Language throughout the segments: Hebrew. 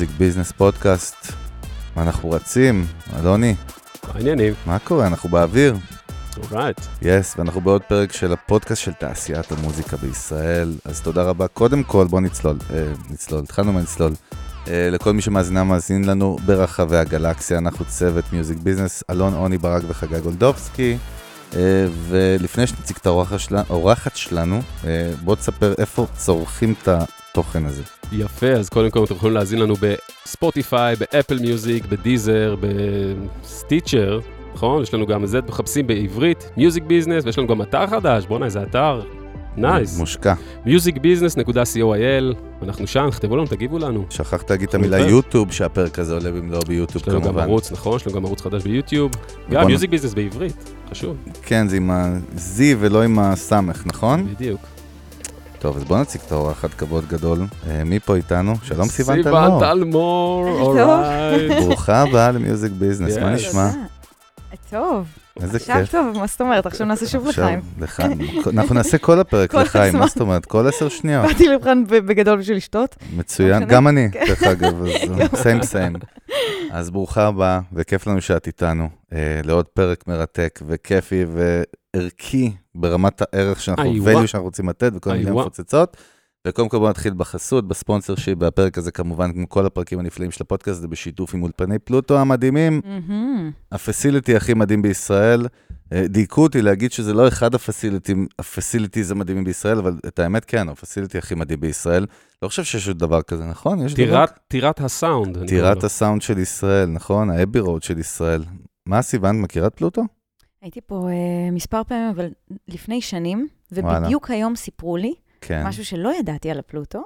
מיוזיק ביזנס פודקאסט. אנחנו רצים, אלוני. מעניינים. מה קורה? אנחנו באוויר. אורייט. יס, ואנחנו בעוד פרק של הפודקאסט של תעשיית המוזיקה בישראל. אז תודה רבה. קודם כל, בוא נצלול. התחלנו מנצלול. לכל מי מאזין לנו ברחבי הגלקסיה, אנחנו צוות מיוזיק ביזנס, אלון, עוני ברק וחגי גולדובסקי. ולפני שנציג את האורחת שלנו, בוא תספר איפה צורכים את התוכן הזה. יפה, אז קודם כל אתם יכולים להזין לנו בספוטיפיי, באפל מיוזיק, בדיזר, בסטיצ'ר, נכון? יש לנו גם את זה, מחפשים בעברית, מיוזיק ביזנס, ויש לנו גם אתר חדש, בוא'נה, איזה אתר, נייס. מושקע. musicbusiness.coil, אנחנו שם, תכתבו לנו, תגיבו לנו. שכחת להגיד את המילה יוטיוב, שהפרק הזה עולה במלוא ביוטיוב כמובן. יש לנו גם ערוץ, נכון? יש לנו גם ערוץ חדש ביוטיוב. גם מיוזיק ביזנס בעברית, חשוב. כן, זה עם ה-Z ולא עם הסמך, נכון? בדיוק. טוב, אז בוא נציג את האורחת כבוד גדול. מי פה איתנו? שלום סיוון תלמור. סיוון תלמור, אורייט. ברוכה הבאה למיוזיק ביזנס, מה נשמע? טוב. איזה עכשיו כיף. טוב, מה זאת אומרת? עכשיו נעשה שוב לחיים. אנחנו נעשה כל הפרק לחיים, מה זאת אומרת? כל 10 שניות. באתי לבחן בגדול בשביל לשתות. מצוין, גם אני, דרך אגב, סיים. אז ברוכה הבאה, וכיף לנו שאת איתנו, לעוד פרק מרתק וכיפי וערכי ברמת הערך שאנחנו רוצים לתת, וכל מיני מפוצצות. וקודם כל בוא נתחיל בחסות, בספונסר שהיא בפרק הזה, כמובן, כמו כל הפרקים הנפלאים של הפודקאסט, זה בשיתוף עם אולפני פלוטו המדהימים. הפסיליטי הכי מדהים בישראל. דייקו אותי להגיד שזה לא אחד הפסיליטיז המדהימים בישראל, אבל את האמת כן, הפסיליטי הכי מדהים בישראל. לא חושב שיש עוד דבר כזה, נכון? טירת הסאונד. טירת הסאונד של ישראל, נכון? האבי רוד של ישראל. מה סיוון, מכירה את פלוטו? הייתי פה מספר פעמים, אבל לפני שנים, ובדיוק היום סיפרו לי, משהו שלא ידעתי על הפלוטו,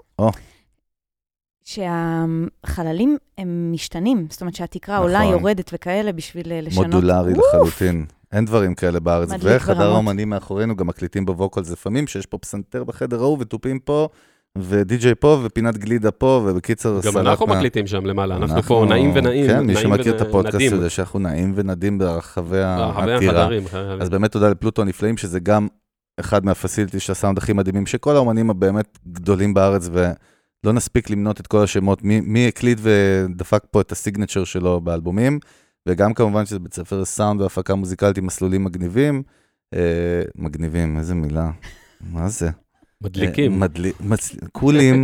שהחללים הם משתנים, זאת אומרת שהתקרה עולה, יורדת וכאלה בשביל לשנות. מודולרי לחלוטין. אין דברים כאלה בארץ. וחדר האומנים מאחורינו גם מקליטים בווקלס לפעמים, שיש פה פסנתר בחדר ההוא וטופים פה, ודי-ג'יי פה, ופינת גלידה פה, ובקיצר... גם אנחנו מקליטים שם למעלה, אנחנו פה נעים ונעים. כן, מי שמכיר את הפודקאסט הזה, שאנחנו נעים ונדים ברחבי הטירה. אז באמת תודה לפלוטו הנפלאים, שזה גם אחד מהפסיליטי של הסאונד הכי מדהימים, שכל האומנים הבאמת גדולים בארץ, ולא נספיק למנות את כל השמות, מי הקליט ודפק פה את הסיגנצ'ר שלו באלבומים, וגם כמובן שזה בית ספר סאונד והפקה מוזיקלית עם מסלולים מגניבים. מגניבים, איזה מילה. מה זה? מדליקים. קולים,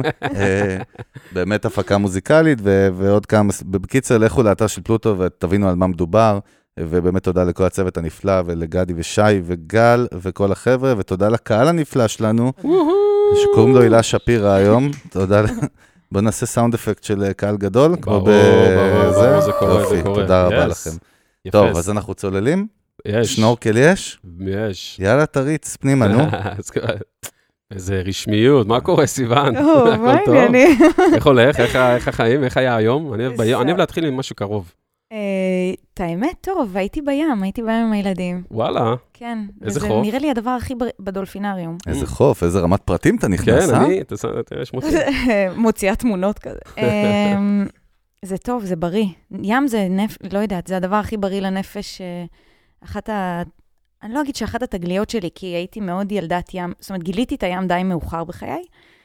באמת הפקה מוזיקלית, ועוד כמה, בקיצר, לכו לאתר של פלוטו ותבינו על מה מדובר, ובאמת תודה לכל הצוות הנפלא, ולגדי ושי וגל וכל החבר'ה, ותודה לקהל הנפלא שלנו, שקוראים לו הילה שפירה היום. תודה. בואו נעשה סאונד אפקט של קהל גדול. ברור, זה קורה. תודה רבה לכם. טוב, אז אנחנו צוללים? יש. שנורקל יש? יש. יאללה, תריץ פנימה, נו. איזה רשמיות, מה קורה סיוון? מה העניינים? איך הולך? איך החיים? איך היה היום? אני אוהב להתחיל עם משהו קרוב. את האמת, טוב, הייתי בים עם הילדים. וואלה. כן. איזה חוף? נראה לי הדבר הכי בדולפינריום. איזה חוף, איזה רמת פרטים אתה נכנס, כן, תראה שמוציא. מוציאה תמונות כזה. זה טוב, זה בריא. ים זה, לא יודעת, זה הדבר הכי בריא לנפש. אני לא אגיד שאחת התגליות שלי, כי הייתי מאוד ילדת ים, זאת אומרת, גיליתי את הים די מאוחר בחיי,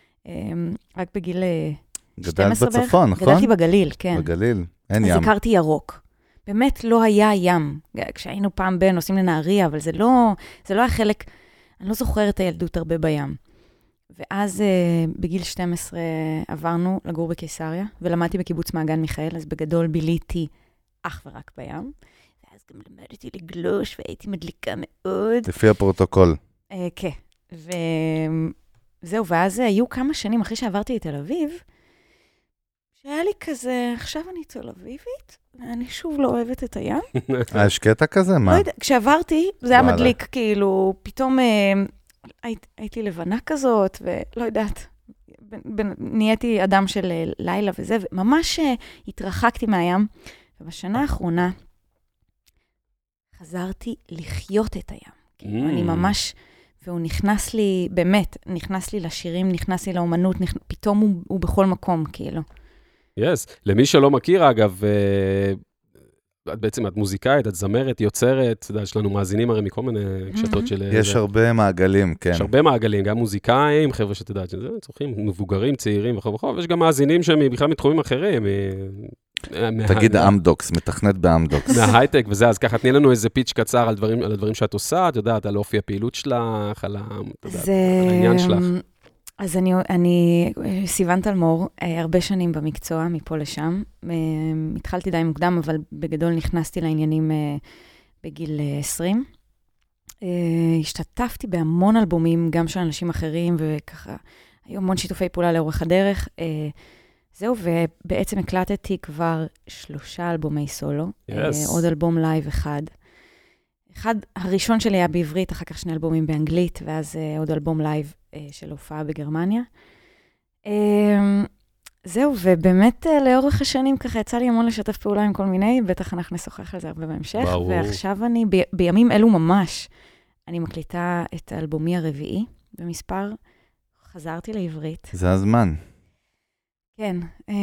רק בגיל 12 גדלת בצפון, נכון? גדלתי בגליל, כן. בגליל, אין ים. אז הכרתי ירוק. באמת לא היה ים. כשהיינו פעם נוסעים לנהריה, אבל זה לא היה חלק, אני לא זוכרת את הילדות הרבה בים. ואז בגיל 12 עברנו לגור בקיסריה, ולמדתי בקיבוץ מעגן מיכאל, אז בגדול ביליתי אך ורק בים. ואז גם למדתי לגלוש, והייתי מדליקה מאוד. לפי הפרוטוקול. כן. וזהו, ואז היו כמה שנים אחרי שעברתי לתל אביב, שהיה לי כזה, עכשיו אני תל אביבית, ואני שוב לא אוהבת את הים. יש קטע כזה? מה? לא יודע, כשעברתי, זה היה מדליק, כאילו, פתאום הייתי לבנה כזאת, ולא יודעת, נהייתי אדם של לילה וזה, וממש התרחקתי מהים, ובשנה האחרונה חזרתי לחיות את הים. אני ממש, והוא נכנס לי, באמת, נכנס לי לשירים, נכנס לי לאומנות, פתאום הוא בכל מקום, כאילו. למי שלא מכיר, אגב, בעצם את מוזיקאית, את זמרת, יוצרת, יש לנו מאזינים הרי מכל מיני קשתות של... יש הרבה מעגלים, כן. יש הרבה מעגלים, גם מוזיקאים, חבר'ה שתדעת שזה, צורכים מבוגרים, צעירים וכו', ויש גם מאזינים שהם בכלל מתחומים אחרים. תגיד אמדוקס, מתכנת באמדוקס. מההייטק וזה, אז ככה, תני לנו איזה פיץ' קצר על הדברים שאת עושה, את יודעת, על אופי הפעילות שלך, על העניין שלך. אז אני סיוון תלמור, הרבה שנים במקצוע, מפה לשם. התחלתי די מוקדם, אבל בגדול נכנסתי לעניינים בגיל 20. השתתפתי בהמון אלבומים, גם של אנשים אחרים, וככה, היו המון שיתופי פעולה לאורך הדרך. זהו, ובעצם הקלטתי כבר 3 אלבומי סולו, עוד אלבום לייב אחד. הראשון שלי היה בעברית, אחר כך 2 אלבומים באנגלית, ואז עוד אלבום לייב של הופעה בגרמניה. זהו, ובאמת לאורך השנים ככה יצא לי המון לשתף פעולה עם כל מיני, בטח אנחנו נשוחח על זה הרבה בהמשך, ועכשיו אני, בימים אלו ממש, אני מקליטה את האלבומי הרביעי במספר, חזרתי לעברית. זה הזמן. כן,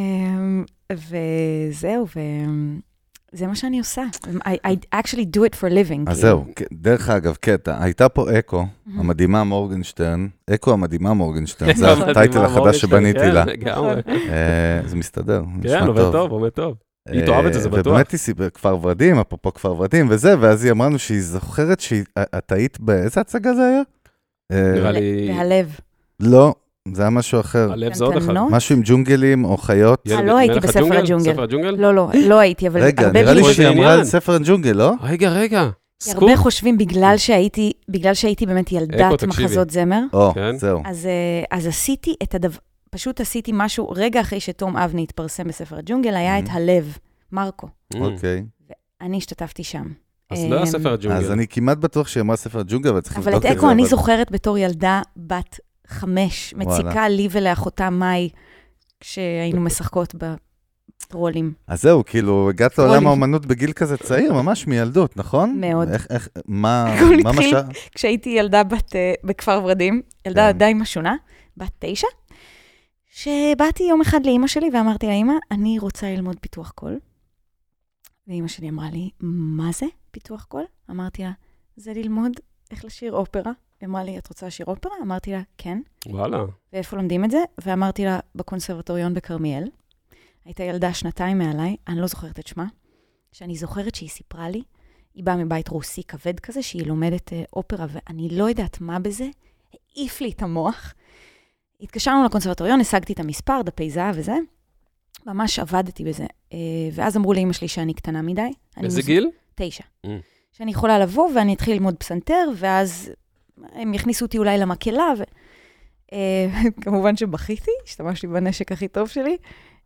וזהו, זה מה שאני עושה. I actually do it for living. אז זהו, דרך אגב, קטע, הייתה פה אקו, המדהימה מורגנשטרן, אקו המדהימה מורגנשטרן, זה הטייטל החדש שבניתי לה. זה מסתדר, כן, עובד טוב, עובד טוב. היא תאהב את זה, זה בטוח. ובאמת היא בכפר ורדים, אפרופו כפר ורדים וזה, ואז היא אמרנו שהיא זוכרת שאת היית באיזה הצגה זה היה? נראה לי... בהלב. לא. זה היה משהו אחר. הלב זה עוד אחד. משהו עם ג'ונגלים או חיות. לא הייתי בספר הג'ונגל. ספר הג'ונגל? לא הייתי, אבל... רגע, נראה לי שהיא אמרה על ספר הג'ונגל, לא? רגע. הרבה חושבים בגלל שהייתי באמת ילדת מחזות זמר. זהו. אז עשיתי את הדבר, פשוט עשיתי משהו, רגע אחרי שתום אבני התפרסם בספר הג'ונגל, היה את הלב, מרקו. אוקיי. ואני השתתפתי שם. אז לא היה ספר הג'ונגל. אז אני כמעט בטוח שהיא אמרה ספר הג'ונגל, אבל את אקו אני זוכרת בתור ילדה בת 5, מציקה לי ולאחותה מאי, כשהיינו משחקות בטרולים. אז זהו, כאילו, הגעת לעולם האומנות בגיל כזה צעיר, ממש מילדות, נכון? מאוד. מה משל? כשהייתי ילדה בכפר ורדים, ילדה די משונה, בת 9, שבאתי יום אחד לאמא שלי ואמרתי לה, אמא, אני רוצה ללמוד פיתוח קול. ואמא שלי אמרה לי, מה זה פיתוח קול? אמרתי לה, זה ללמוד איך לשיר אופרה. אמרה לי, את רוצה לשיר אופרה? אמרתי לה, כן. וואלה. ואיפה לומדים את זה? ואמרתי לה, בקונסרבטוריון בכרמיאל. הייתה ילדה 2 מעליי, אני לא זוכרת את שמה, שאני זוכרת שהיא סיפרה לי, היא באה מבית רוסי כבד כזה, שהיא לומדת אופרה, ואני לא יודעת מה בזה, העיף לי את המוח. התקשרנו לקונסרבטוריון, השגתי את המספר, דפי זהב וזה, ממש עבדתי בזה. ואז אמרו לאמא שלי שאני קטנה מדי. איזה גיל? 9. שאני יכולה לבוא ואני אתחיל ללמוד פסנתר, ואז הם יכניסו אותי אולי למקהלה, כמובן שבכיתי, השתמשתי בנשק הכי טוב שלי.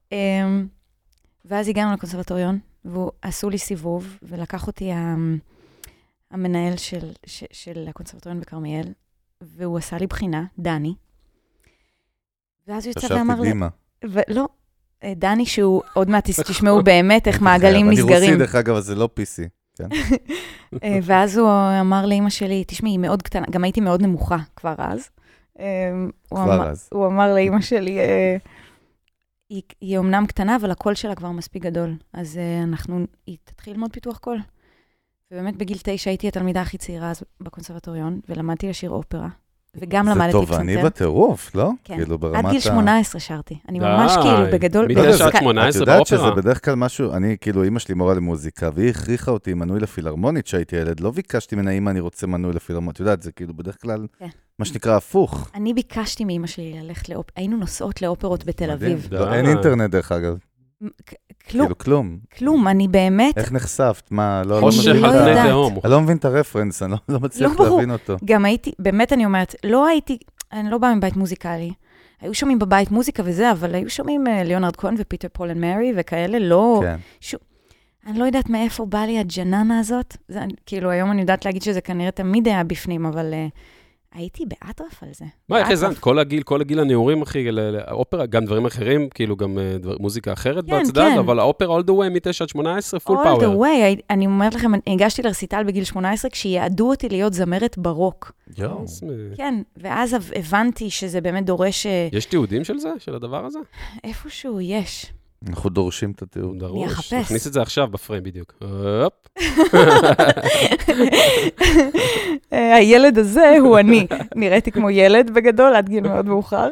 ואז הגענו לקונסרבטוריון, ועשו לי סיבוב, ולקח אותי המנהל של הקונסרבטוריון בכרמיאל, והוא עשה לי בחינה, דני. ואז הוא יצא ואמר... חשבתי דימה. לא, דני שהוא, עוד מעט תשמעו באמת איך מעגלים נסגרים. אני רוסי דרך אגב, אז זה לא PC. ואז הוא אמר לאמא שלי, תשמעי, היא מאוד קטנה, גם הייתי מאוד נמוכה כבר אז. הוא אמר לאמא שלי, היא אומנם קטנה, אבל הקול שלה כבר מספיק גדול. אז היא תתחיל ללמוד פיתוח קול. ובאמת בגיל 9 הייתי התלמידה הכי צעירה אז בקונסרבטוריון, ולמדתי לשיר אופרה. וגם למדתי פסנתר. זה תובעני בטירוף, לא? כן. עד גיל 18 שרתי. אני ממש כאילו בגדול... מ-9 עד 18 באופרה. את יודעת שזה בדרך כלל משהו, אני כאילו, אמא שלי מורה למוזיקה, והיא הכריחה אותי עם מנוי לפילהרמונית שהייתי ילד, לא ביקשתי ממנה, אמא, אני רוצה מנוי לפילהרמונית. את יודעת, זה כאילו בדרך כלל מה שנקרא הפוך. אני ביקשתי מאמא שלי ללכת היינו נוסעות לאופרות בתל אביב. אין אינטרנט דרך אגב. כלום, אני באמת... איך נחשפת? מה, לא מבין את הרפרנס, אני לא מצליח להבין אותו. גם הייתי, באמת אני אומרת, אני לא באה מבית מוזיקלי. היו שומעים בבית מוזיקה וזה, אבל היו שומעים ליאונרד כהן ופיטר פול אנד מרי וכאלה, לא... אני לא יודעת מאיפה באה לי הג'ננה הזאת. כאילו, היום אני יודעת להגיד שזה כנראה תמיד היה בפנים, אבל... הייתי באטרף על זה. מה, איך הזנת? כל הגיל הנעורים, אחי, אופרה, גם דברים אחרים, כאילו גם מוזיקה אחרת בצדד, אבל האופרה all the way מ-9 עד 18, full power. all the way, אני אומרת לכם, הגשתי לרסיטל בגיל 18, כשיעדו אותי להיות זמרת ברוק. כן, ואז הבנתי שזה באמת דורש... יש תיעודים של זה, של הדבר הזה? איפשהו יש. אנחנו דורשים את התיאור. אני אחפש. נכניס את זה עכשיו בפריים בדיוק. הילד הזה הוא אני. נראיתי כמו ילד בגדול, עד גיל מאוד מאוחר.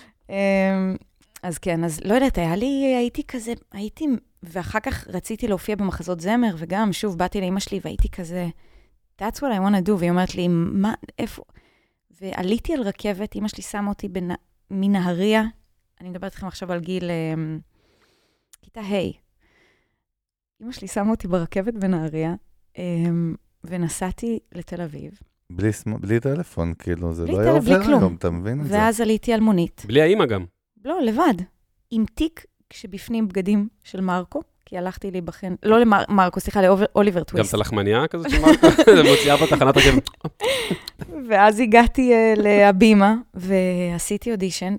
אז כן, אז לא יודעת, הייתי, ואחר כך רציתי להופיע במחזות זמר, וגם שוב באתי לאמא שלי והייתי כזה, that's what I want to do, והיא אומרת לי, מה, איפה? ועליתי על רכבת, אמא שלי שמה אותי מנהריה, אני מדברת איתכם עכשיו על גיל כיתה ה'. אמא שלי שמה אותי ברכבת בנהריה, ונסעתי לתל אביב. בלי טלפון, כאילו, זה לא בלי היה עובר כלום. היום, אתה מבין את זה? ואז עליתי על מונית. בלי האמא גם. לא, לבד. עם תיק כשבפנים בגדים של מרקו, כי הלכתי להיבחן, לא למרקו, סליחה, לאוליבר טוויסט. גם את הלחמניה כזאת של מרקו? זה מוציאה בתחנת רכבת. ואז הגעתי להבימה, ועשיתי אודישן,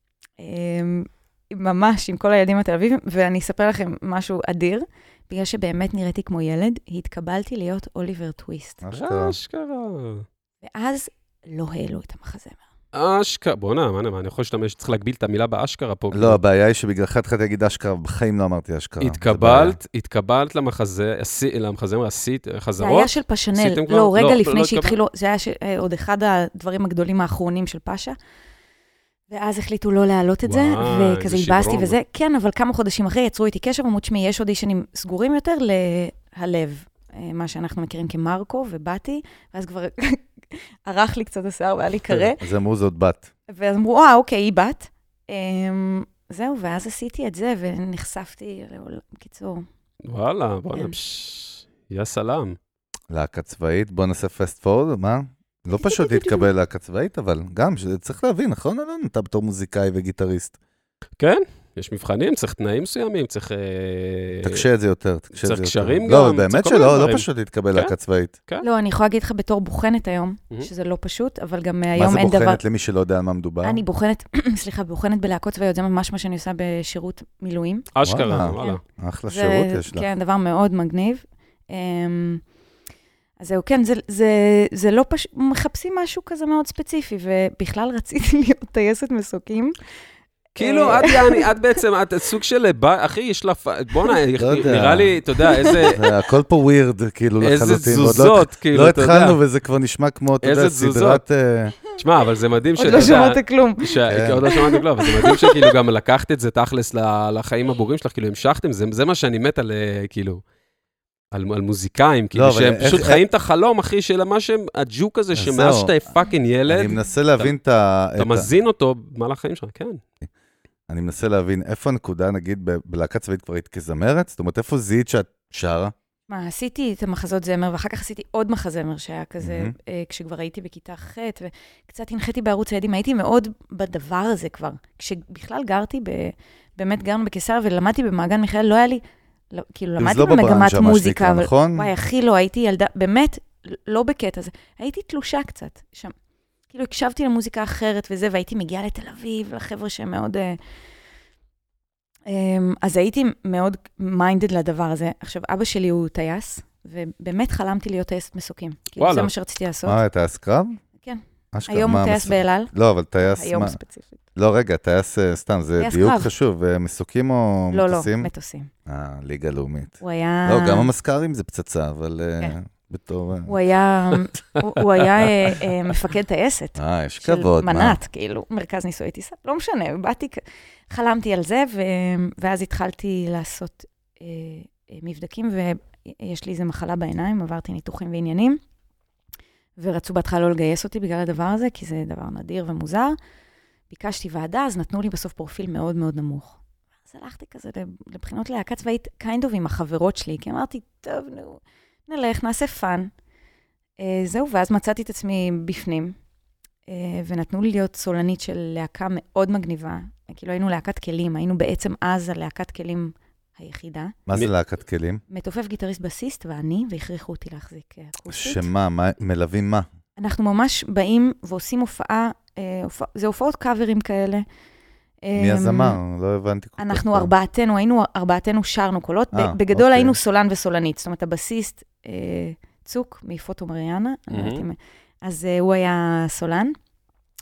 ממש עם כל הילדים התל אביבים, ואני אספר לכם משהו אדיר, בגלל שבאמת נראיתי כמו ילד, התקבלתי להיות אוליבר טוויסט. אשכרה. ואז לא העלו את המחזמר. אשכרה, בוא נע, מה, אני יכול להשתמש, צריך להגביל את המילה באשכרה פה. לא, הבעיה היא שבגלל התחלתי להגיד אשכרה, בחיים לא אמרתי אשכרה. התקבלת למחזמר, עשית חזרות? זה היה של פשנל, לא, רגע לפני שהתחילו, זה היה עוד אחד הדברים הגדולים האחרונים של פאשה, ואז החליטו לא להעלות את זה, וכזה התבאסתי וזה, כן, אבל כמה חודשים אחרי יצרו איתי קשר, ואמרו, שמי, יש אודישנים סגורים יותר להלב, מה שאנחנו מכירים כמרקו, ובאתי, ואז כבר ערך לי קצת השיער, והיה לי קרה. אז אמרו זאת בת. ואז אמרו, אוקיי, היא בת. זהו, ואז עשיתי את זה, ונחשפתי לעולם, קיצור. וואלה, בוא נע, יא סלאם. להקה צבאית, בוא נעשה פסט פורד, מה? לא פשוט להתקבל להקה צבאית, אבל גם, צריך להבין, נכון או לא? אתה בתור מוזיקאי וגיטריסט. כן, יש מבחנים, צריך תנאים מסוימים, צריך... תקשה את זה יותר. צריך קשרים גם. לא, באמת שלא, לא פשוט להתקבל להקה צבאית. לא, אני יכולה להגיד לך בתור בוחנת היום, שזה לא פשוט, אבל גם היום אין דבר... מה זה בוחנת למי שלא יודע על מה מדובר? אני בוחנת, סליחה, בוחנת בלהקות צבאיות, זה ממש מה שאני עושה בשירות מילואים. אשכרה, וואלה. אחלה שירות יש לך. כן, דבר מאוד מגניב. אז זהו, כן, זה לא פשוט, מחפשים משהו כזה מאוד ספציפי, ובכלל רציתי להיות טייסת מסוקים. כאילו, את בעצם, את סוג של, אחי, יש לה, בוא'נה, נראה לי, אתה יודע, איזה... הכל פה ווירד, כאילו, לחלוטין. איזה תזוזות, כאילו, אתה יודע. לא התחלנו, וזה כבר נשמע כמו, אתה יודע, סדרת... תשמע, אבל זה מדהים עוד לא שמעת כלום. עוד לא שמעת כלום, אבל זה מדהים שכאילו גם לקחת את זה תכלס לחיים הבוגרים שלך, כאילו, המשכתם, זה מה שאני מת על, כאילו... על מוזיקאים, כאילו שהם פשוט חיים את החלום, אחי, של מה שהם, הג'וק הזה, שמאז שאתה פאקינג ילד, אני מנסה להבין אתה מזין אותו במהלך החיים שלך, כן. אני מנסה להבין איפה הנקודה, נגיד, בלהקה צבאית כבר היית כזמרת, זאת אומרת, איפה זיהית שאת שרה? מה, עשיתי את המחזות זמר, ואחר כך עשיתי עוד מחזמר שהיה כזה, כשכבר הייתי בכיתה ח' וקצת הנחיתי בערוץ הילדים, הייתי מאוד בדבר הזה כבר. כשבכלל גרתי, באמת גרנו בקיסריה ולמדתי במעגן מיכאל, לא היה לי... כאילו, למדתי במגמת מוזיקה, אבל וואי, הכי לא, הייתי ילדה, באמת, לא בקטע הזה. הייתי תלושה קצת שם. כאילו, הקשבתי למוזיקה אחרת וזה, והייתי מגיעה לתל אביב, לחבר'ה שהם מאוד... אז הייתי מאוד מיינדד לדבר הזה. עכשיו, אבא שלי הוא טייס, ובאמת חלמתי להיות טייסת מסוקים. כאילו, זה מה שרציתי לעשות. טייס קרב? כן. היום הוא טייס באלעל. לא, אבל טייס... היום ספציפית. לא, רגע, טייס סתם, זה דיוק חשוב. מסוקים או מטוסים? לא, מטוסים. ליגה לאומית. הוא היה... לא, גם המזכ"רים זה פצצה, אבל בתור... הוא היה מפקד טייסת. יש כבוד. של מנת, כאילו, מרכז ניסוי טיסה. לא משנה, חלמתי על זה, ואז התחלתי לעשות מבדקים, ויש לי איזו מחלה בעיניים, עברתי ניתוחים ועניינים, ורצו בהתחלה לא לגייס אותי בגלל הדבר הזה, כי זה דבר נדיר ומוזר. ביקשתי ועדה, אז נתנו לי בסוף פרופיל מאוד מאוד נמוך. אז הלכתי כזה לבחינות להקה צבאית, kind of עם החברות שלי, כי אמרתי, טוב, נלך, נעשה פאן. זהו, ואז מצאתי את עצמי בפנים, ונתנו לי להיות סולנית של להקה מאוד מגניבה. כאילו היינו להקת כלים, היינו בעצם אז הלהקת כלים היחידה. מה זה להקת כלים? מתופף גיטריסט בסיסט ואני, והכריחו אותי להחזיק אקוסטית. שמה? מלווים מה? אנחנו ממש באים ועושים הופעה, זה הופעות קאברים כאלה. מי הזמר? לא הבנתי. אנחנו ארבעתנו שרנו קולות, בגדול היינו סולן וסולנית, זאת אומרת הבסיסט צוק מפוטו מריאנה, אז הוא היה סולן,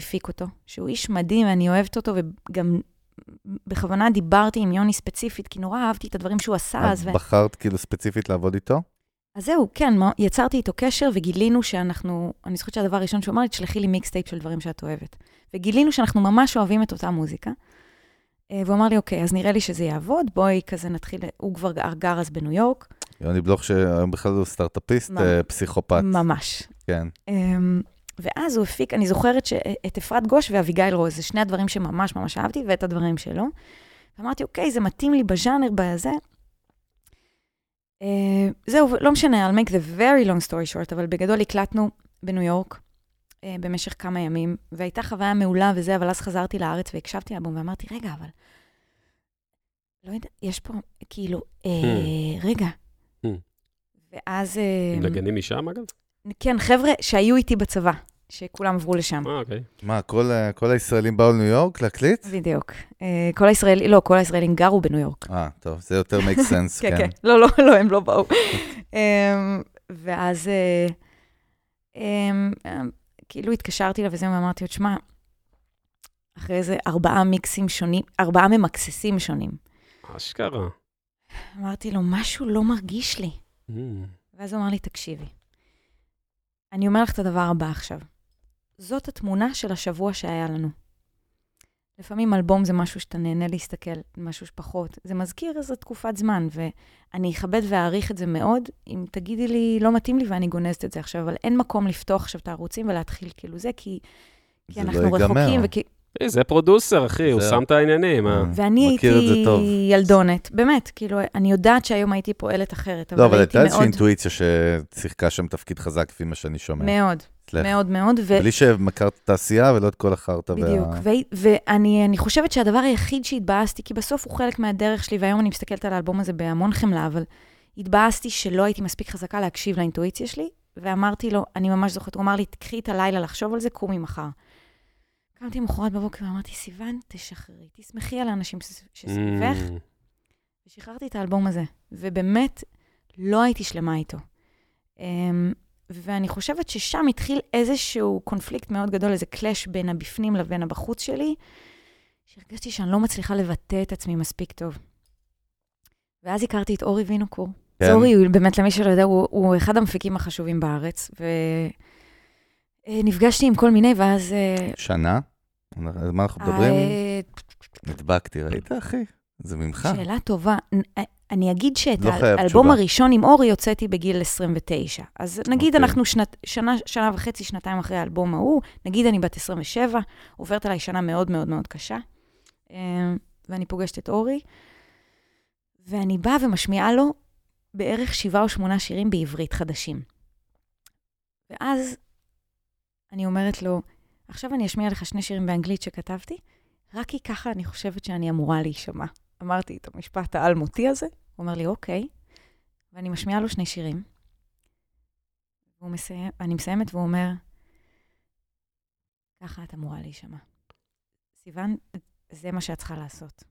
הפיק אותו, שהוא איש מדהים, ואני אוהבת אותו, וגם בכוונה דיברתי עם יוני ספציפית, כי נורא אהבתי את הדברים שהוא עשה. את בחרת כאילו ספציפית לעבוד איתו? אז זהו, כן, יצרתי איתו קשר, וגילינו שאנחנו, אני זוכרת שהדבר הראשון שהוא אמר לי, תשלחי לי מיקסטייפ של דברים שאת אוהבת. וגילינו שאנחנו ממש אוהבים את אותה מוזיקה. והוא אמר לי, אוקיי, אז נראה לי שזה יעבוד, בואי כזה נתחיל, הוא כבר גר אז בניו יורק. יוני בלוך שהיום בכלל הוא סטארט-אפיסט, פסיכופת. ממש. כן. ואז הוא הפיק, אני זוכרת שאת אפרת גוש ואביגיל רוז, זה שני הדברים שממש ממש אהבתי, ואת הדברים שלו. ואמרתי, אוקיי, זה מתאים לי בז'אנר, בזה. זהו, לא משנה, I'll make the very long story short, אבל בגדול הקלטנו בניו יורק, במשך כמה ימים, והייתה חוויה מעולה וזה, אבל אז חזרתי לארץ והקשבתי לאלבום, ואמרתי, רגע, אבל לא יודע, יש פה, כאילו, רגע. ואז... עם נגנים משם, אגב? כן, חבר'ה שהיו איתי בצבא, שכולם עברו לשם. אוקיי. מה, כל הישראלים באו לניו יורק להקליט? בדיוק. כל הישראלים גרו בניו יורק. טוב, זה יותר make sense, כן. כן. לא, הם לא באו. ואז כאילו התקשרתי לה וזה, ואמרתי, תשמע, אחרי זה 4 מיקסים שונים, 4 ממקססים שונים. אשכרה. אמרתי לו, משהו לא מרגיש לי. ואז הוא אמר לי, תקשיבי, אני אומר לך את הדבר הבא עכשיו. זאת התמונה של השבוע שהיה לנו. לפעמים אלבום זה משהו שאתה נהנה להסתכל, משהו שפחות. זה מזכיר איזו תקופת זמן, ואני אכבד ואעריך את זה מאוד, אם תגידי לי, לא מתאים לי ואני גונזת את זה עכשיו, אבל אין מקום לפתוח עכשיו את הערוצים ולהתחיל כאילו זה, כי אנחנו רחוקים וכי... זה פרודוסר, אחי, הוא שם את העניינים. ואני הייתי ילדונת, באמת, כאילו, אני יודעת שהיום הייתי פועלת אחרת, לא, אבל הייתה איזושהי אינטואיציה ששיחקה שם תפקיד חזק, לפי מה שאני שומע. מאוד, מאוד, מאוד. בלי שמכרת את העשייה ולא את כל החרטה. בדיוק, ואני חושבת שהדבר היחיד שהתבאסתי, כי בסוף הוא חלק מהדרך שלי, והיום אני מסתכלת על האלבום הזה בהמון חמלה, אבל התבאסתי שלא הייתי מספיק חזקה להקשיב לאינטואיציה שלי, ואמרתי לו, אני ממש זוכרת, הוא אמר לי, תקחי את הלילה לחשוב על זה, קומי מחר. קמתי מחרת בבוקר ואמרתי, סיוון, תשחררי, תשמחי על האנשים שסביבך, ושחררתי את האלבום הזה, ובאמת לא הייתי שלמה איתו. ואני חושבת ששם התחיל איזשהו קונפליקט מאוד גדול, איזה קלאש בין הבפנים לבין הבחוץ שלי, שהרגשתי שאני לא מצליחה לבטא את עצמי מספיק טוב. ואז הכרתי את אורי וינוקור. כן. אורי, באמת למי שלא יודע, הוא אחד המפיקים החשובים בארץ, ונפגשתי עם כל מיני, ואז... שנה? על מה אנחנו מדברים? נדבקתי, ראית, אחי? זה ממך. שאלה טובה. אני אגיד שאת האלבום הראשון עם אורי יוצאתי בגיל 29. אז נגיד אנחנו שנה וחצי, שנתיים אחרי האלבום ההוא, נגיד אני בת 27, עוברת עליי שנה מאוד מאוד מאוד קשה, ואני פוגשת את אורי, ואני באה ומשמיעה לו בערך 7 או 8 שירים בעברית חדשים. ואז אני אומרת לו, עכשיו אני אשמיע לך 2 שירים באנגלית שכתבתי, רק כי ככה אני חושבת שאני אמורה להישמע. אמרתי את המשפט האלמותי הזה, הוא אומר לי, אוקיי, ואני משמיעה לו 2 שירים, אני מסיימת והוא אומר, ככה את אמורה להישמע. סיוון, זה מה שאת צריכה לעשות.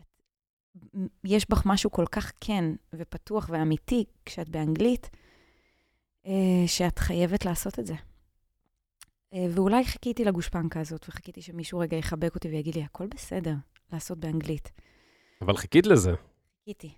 יש בך משהו כל כך כן ופתוח ואמיתי, כשאת באנגלית, שאת חייבת לעשות את זה. ואולי חיכיתי לגושפנקה הזאת, וחיכיתי שמישהו רגע יחבק אותי ויגיד לי, הכל בסדר, לעשות באנגלית. אבל חיכית לזה. חיכיתי.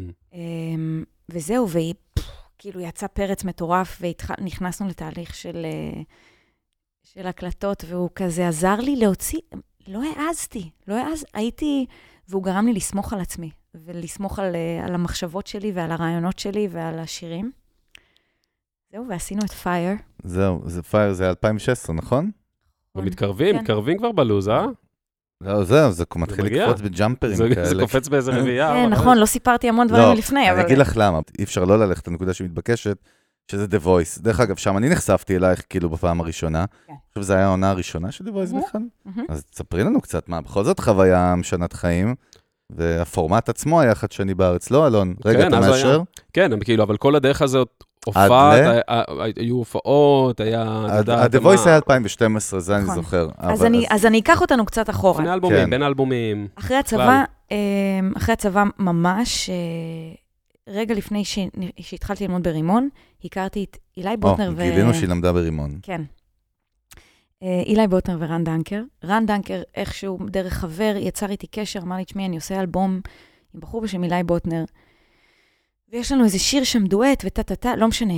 וזהו, וכאילו יצא פרץ מטורף, ונכנסנו לתהליך של הקלטות, והוא כזה עזר לי להוציא, לא הייתי, והוא גרם לי לסמוך על עצמי, ולסמוך על המחשבות שלי, ועל הרעיונות שלי, ועל השירים. זהו, ועשינו את פייר. זהו, פייר זה 2016, נכון? מתקרבים כבר בלוז, אה? לא, זהו, זה מתחיל לקפוץ בג'אמפרים כאלה. זה קופץ באיזה רביעייה. כן, נכון, לא סיפרתי המון דברים לפני, אבל... אני אגיד לך למה, אי אפשר לא ללכת לנקודה שמתבקשת, שזה The Voice. דרך אגב, שם אני נחשפתי אלייך כאילו בפעם הראשונה. עכשיו, זו הייתה העונה הראשונה של The Voice בכלל. אז תספרי לנו קצת מה, בכל זאת חוויה משנת חיים, והפורמט עצמו היה חדשני בארץ, לא אלון? רגע, אתה מאשר? כן, כאילו, אבל כל הדרך הזאת הופעת, היו הופעות, היה... The Voice היה 2012, זה אני זוכר. אז אני אקח אותנו קצת אחורה. לפני אלבומים, בין אלבומים. אחרי הצבא ממש, רגע לפני שהתחלתי ללמוד ברימון, הכרתי את אילי בוטנר גילינו שהיא למדה ברימון. כן. אילי בוטנר ורן דנקר. רן דנקר, איכשהו דרך חבר, יצר איתי קשר, אמר לי, תשמעי, אני עושה אלבום עם בחור בשם אילי בוטנר, ויש לנו איזה שיר שם דואט וטה-טה-טה, לא משנה.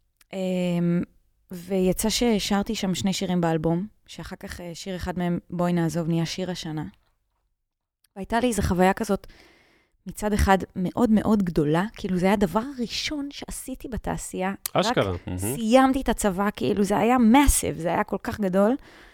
ויצא ששרתי שם 2 שירים באלבום, שאחר כך שיר אחד מהם, בואי נעזוב, נהיה שיר השנה. והייתה לי איזו חוויה כזאת, מצד אחד מאוד מאוד גדולה, כאילו זה היה הדבר הראשון שעשיתי בתעשייה. אשכרה. רק סיימתי את הצבא, כאילו זה היה מאסיב, זה היה כל כך גדול.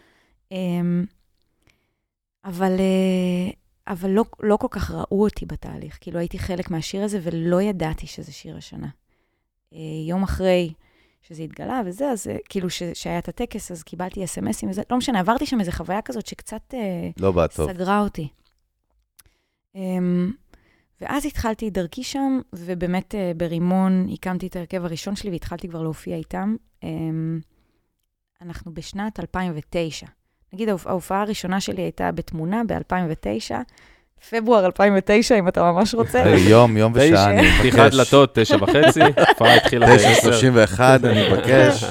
אבל לא כל כך ראו אותי בתהליך, כאילו הייתי חלק מהשיר הזה, ולא ידעתי שזה שיר השנה. יום אחרי שזה התגלה וזה, אז כאילו שהיה את הטקס, אז קיבלתי אס-אמסים וזה, לא משנה, עברתי שם איזו חוויה כזאת שקצת לא בא טוב. סגרה אותי. ואז התחלתי דרכי שם, ובאמת ברימון הקמתי את ההרכב הראשון שלי, והתחלתי כבר להופיע איתם. אנחנו בשנת 2009. נגיד, ההופעה הראשונה שלי הייתה בתמונה ב-2009, פברואר 2009, אם אתה ממש רוצה. יום ושעה, אני מבקש. פתיחת דלתות, 9:30, ההופעה התחילה ב-10:31, אני מבקש.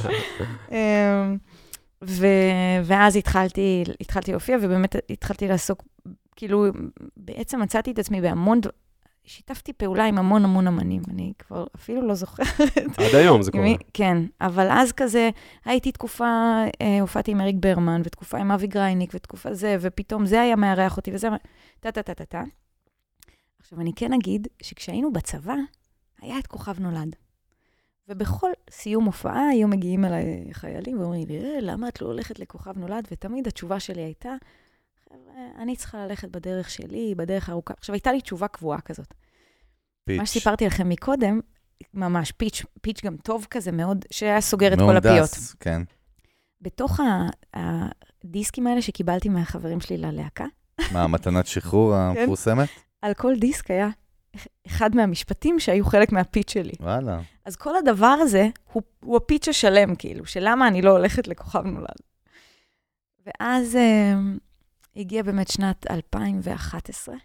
ואז התחלתי להופיע, ובאמת התחלתי לעסוק, כאילו, בעצם מצאתי את עצמי בהמון, שיתפתי פעולה עם המון אמנים, אני כבר אפילו לא זוכרת. עד היום זה קורה. כן, אבל אז כזה, הייתי תקופה, הופעתי עם אריק ברמן, ותקופה עם אבי גרייניק, ותקופה זה, ופתאום זה היה מארח אותי, וזה, טה. עכשיו, אני כן אגיד, שכשהיינו בצבא, היה את כוכב נולד. ובכל סיום הופעה, היו מגיעים אליי חיילים, ואומרים לי, למה את לא הולכת לכוכב נולד? ותמיד התשובה שלי הייתה, אני צריכה ללכת בדרך שלי, בדרך ארוכה. עכשיו, הייתה לי תשובה קבועה כזאת. פיץ'. מה שסיפרתי לכם מקודם, ממש פיץ' גם טוב כזה מאוד, שהיה סוגר את כל הפיות. מהונדס, כן. בתוך הדיסקים האלה שקיבלתי מהחברים שלי ללהקה. מה, מתנת שחרור המפורסמת? על כל דיסק היה אחד מהמשפטים שהיו חלק מהפיץ' שלי. וואלה. אז כל הדבר הזה הוא הפיץ' השלם, כאילו, שלמה אני לא הולכת לכוכב נולד. ואז הגיע באמת שנת 2011,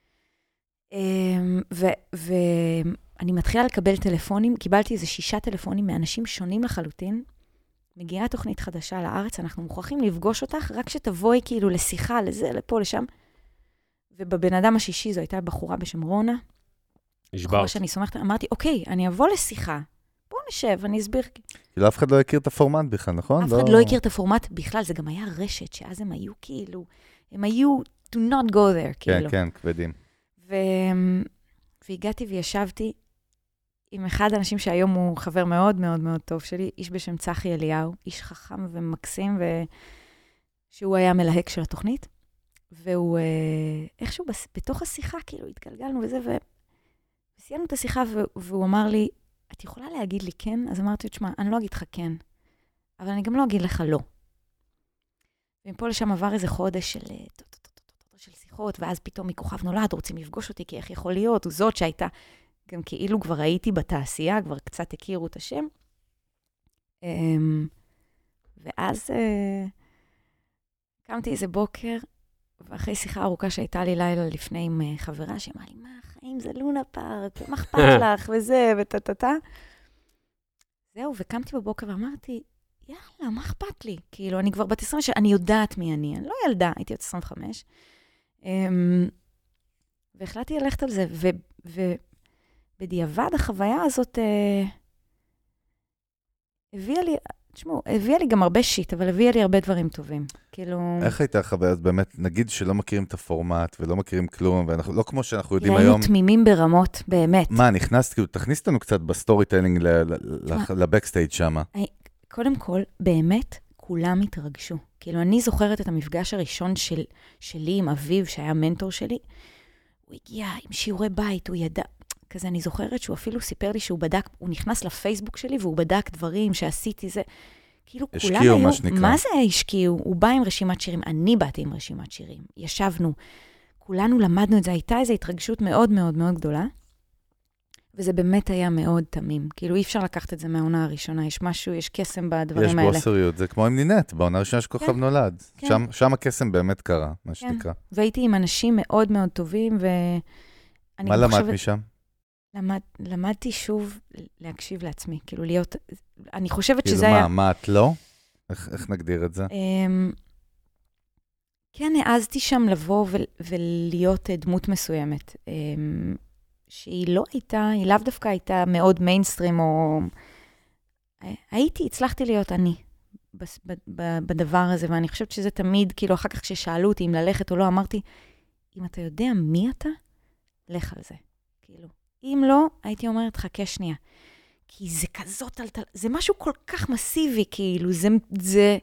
ואני מתחילה לקבל טלפונים, קיבלתי איזה 6 טלפונים מאנשים שונים לחלוטין, מגיעה תוכנית חדשה לארץ, אנחנו מוכרחים לפגוש אותך, רק שתבואי כאילו לשיחה, לזה, לפה, לשם. ובבן אדם השישי זו הייתה בחורה בשם רונה. בחורה שאני סומכת, אמרתי, אוקיי, אני אבוא לשיחה, בוא נשב, אני אסביר. כאילו אף אחד לא הכיר את הפורמט בכלל, נכון? אף אחד לא הכיר את הפורמט בכלל, זה גם היה רשת, שאז הם היו כאילו, הם היו do not go there, כאילו. כן, כבדים. והגעתי וישבתי עם אחד האנשים שהיום הוא חבר מאוד מאוד מאוד טוב שלי, איש בשם צחי אליהו, איש חכם ומקסים, שהוא היה מלהק של התוכנית, והוא איכשהו בתוך השיחה, כאילו התגלגלנו וזה, וסיימנו את השיחה, והוא אמר לי, את יכולה להגיד לי כן? אז אמרתי, תשמע, אני לא אגיד לך כן, אבל אני גם לא אגיד לך לא. ומפה לשם עבר איזה חודש של שיחות, ואז פתאום מכוכב נולד, רוצים לפגוש אותי, כי איך יכול להיות? וזאת שהייתה, גם כאילו כבר הייתי בתעשייה, כבר קצת הכירו את השם. ואז קמתי איזה בוקר, ואחרי שיחה ארוכה שהייתה לי לילה לפני עם חברה, שאמרה לי, מה, החיים זה לונה פארק, מה אכפת לך, וזה, וטטטה. זהו, וקמתי בבוקר ואמרתי, יאללה, מה אכפת לי? כאילו, אני כבר בת 20, אני יודעת מי אני לא ילדה, הייתי בת 25. והחלטתי ללכת על זה, ובדיעבד החוויה הזאת הביאה לי גם הרבה שיט, אבל הביאה לי הרבה דברים טובים. כאילו... איך הייתה החוויה? אז באמת, נגיד שלא מכירים את הפורמט, ולא מכירים כלום, ואנחנו, לא כמו שאנחנו יודעים היום... היינו תמימים ברמות, באמת. מה, נכנסת, כאילו, תכניס אותנו קצת בסטורי טיילינג לבקסטייג' שמה. קודם כל, באמת, כולם התרגשו. כאילו, אני זוכרת את המפגש הראשון שלי עם אביב, שהיה מנטור שלי. הוא הגיע עם שיעורי בית, הוא ידע... כזה, אני זוכרת שהוא אפילו סיפר לי שהוא בדק, הוא נכנס לפייסבוק שלי, והוא בדק דברים שעשיתי זה. כאילו, כולם היו... מה שנקרא. מה זה השקיעו? הוא בא עם רשימת שירים, אני באתי עם רשימת שירים. ישבנו, כולנו למדנו את זה, הייתה איזו התרגשות מאוד מאוד מאוד גדולה, וזה באמת היה מאוד תמים. כאילו, אי אפשר לקחת את זה מהעונה הראשונה, יש משהו, יש קסם בדברים האלה. יש בוסריות, זה כמו עם נינט, בעונה הראשונה שכוכב נולד. שם הקסם באמת קרה, מה שנקרא. והייתי עם אנשים מאוד מאוד טובים, מה למדת משם? למדתי שוב להקשיב לעצמי, כאילו להיות, אני חושבת שזה היה... מה את לא? איך נגדיר את זה? כן, העזתי שם לבוא ולהיות דמות מסוימת, שהיא לא הייתה, היא לאו דווקא הייתה מאוד מיינסטרים, או... הצלחתי להיות אני בדבר הזה, ואני חושבת שזה תמיד, כאילו אחר כך כששאלו אותי אם ללכת או לא, אמרתי, אם אתה יודע מי אתה, לך על זה, כאילו. אם לא, הייתי אומרת, חכה שנייה. כי זה כזאת, זה משהו כל כך מסיבי, כאילו, זה...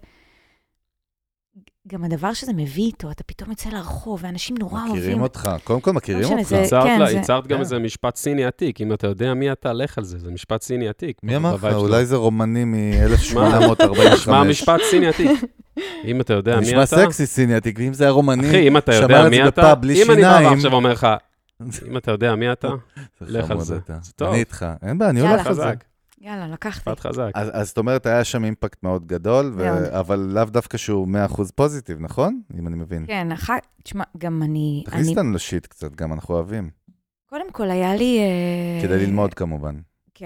גם הדבר שזה מביא איתו, אתה פתאום יוצא לרחוב, ואנשים נורא אוהבים. מכירים אותך, קודם כל מכירים אותך. ייצרת גם איזה משפט סיני עתיק, אם אתה יודע מי אתה, לך על זה, זה משפט סיני עתיק. מי אמר לך? אולי זה רומני מ-1845. מה משפט סיני עתיק? אם אתה יודע מי אתה... נשמע סקסי סיני עתיק, ואם זה היה רומני, אחי, אם אתה יודע מי אתה, אם אני בא ועכשיו אומר לך, אם אתה יודע מי אתה, לך על זה. זה טוב. אני איתך. אין בעיה, אני הולך על זה. יאללה, לקחתי. פת חזק. אז זאת אומרת, היה שם אימפקט מאוד גדול, אבל לאו דווקא שהוא 100% פוזיטיב, נכון? אם אני מבין. כן, תשמע, גם אני... תכניס אותנו לשיט קצת, גם אנחנו אוהבים. קודם כל, היה לי... כדי ללמוד כמובן. כן.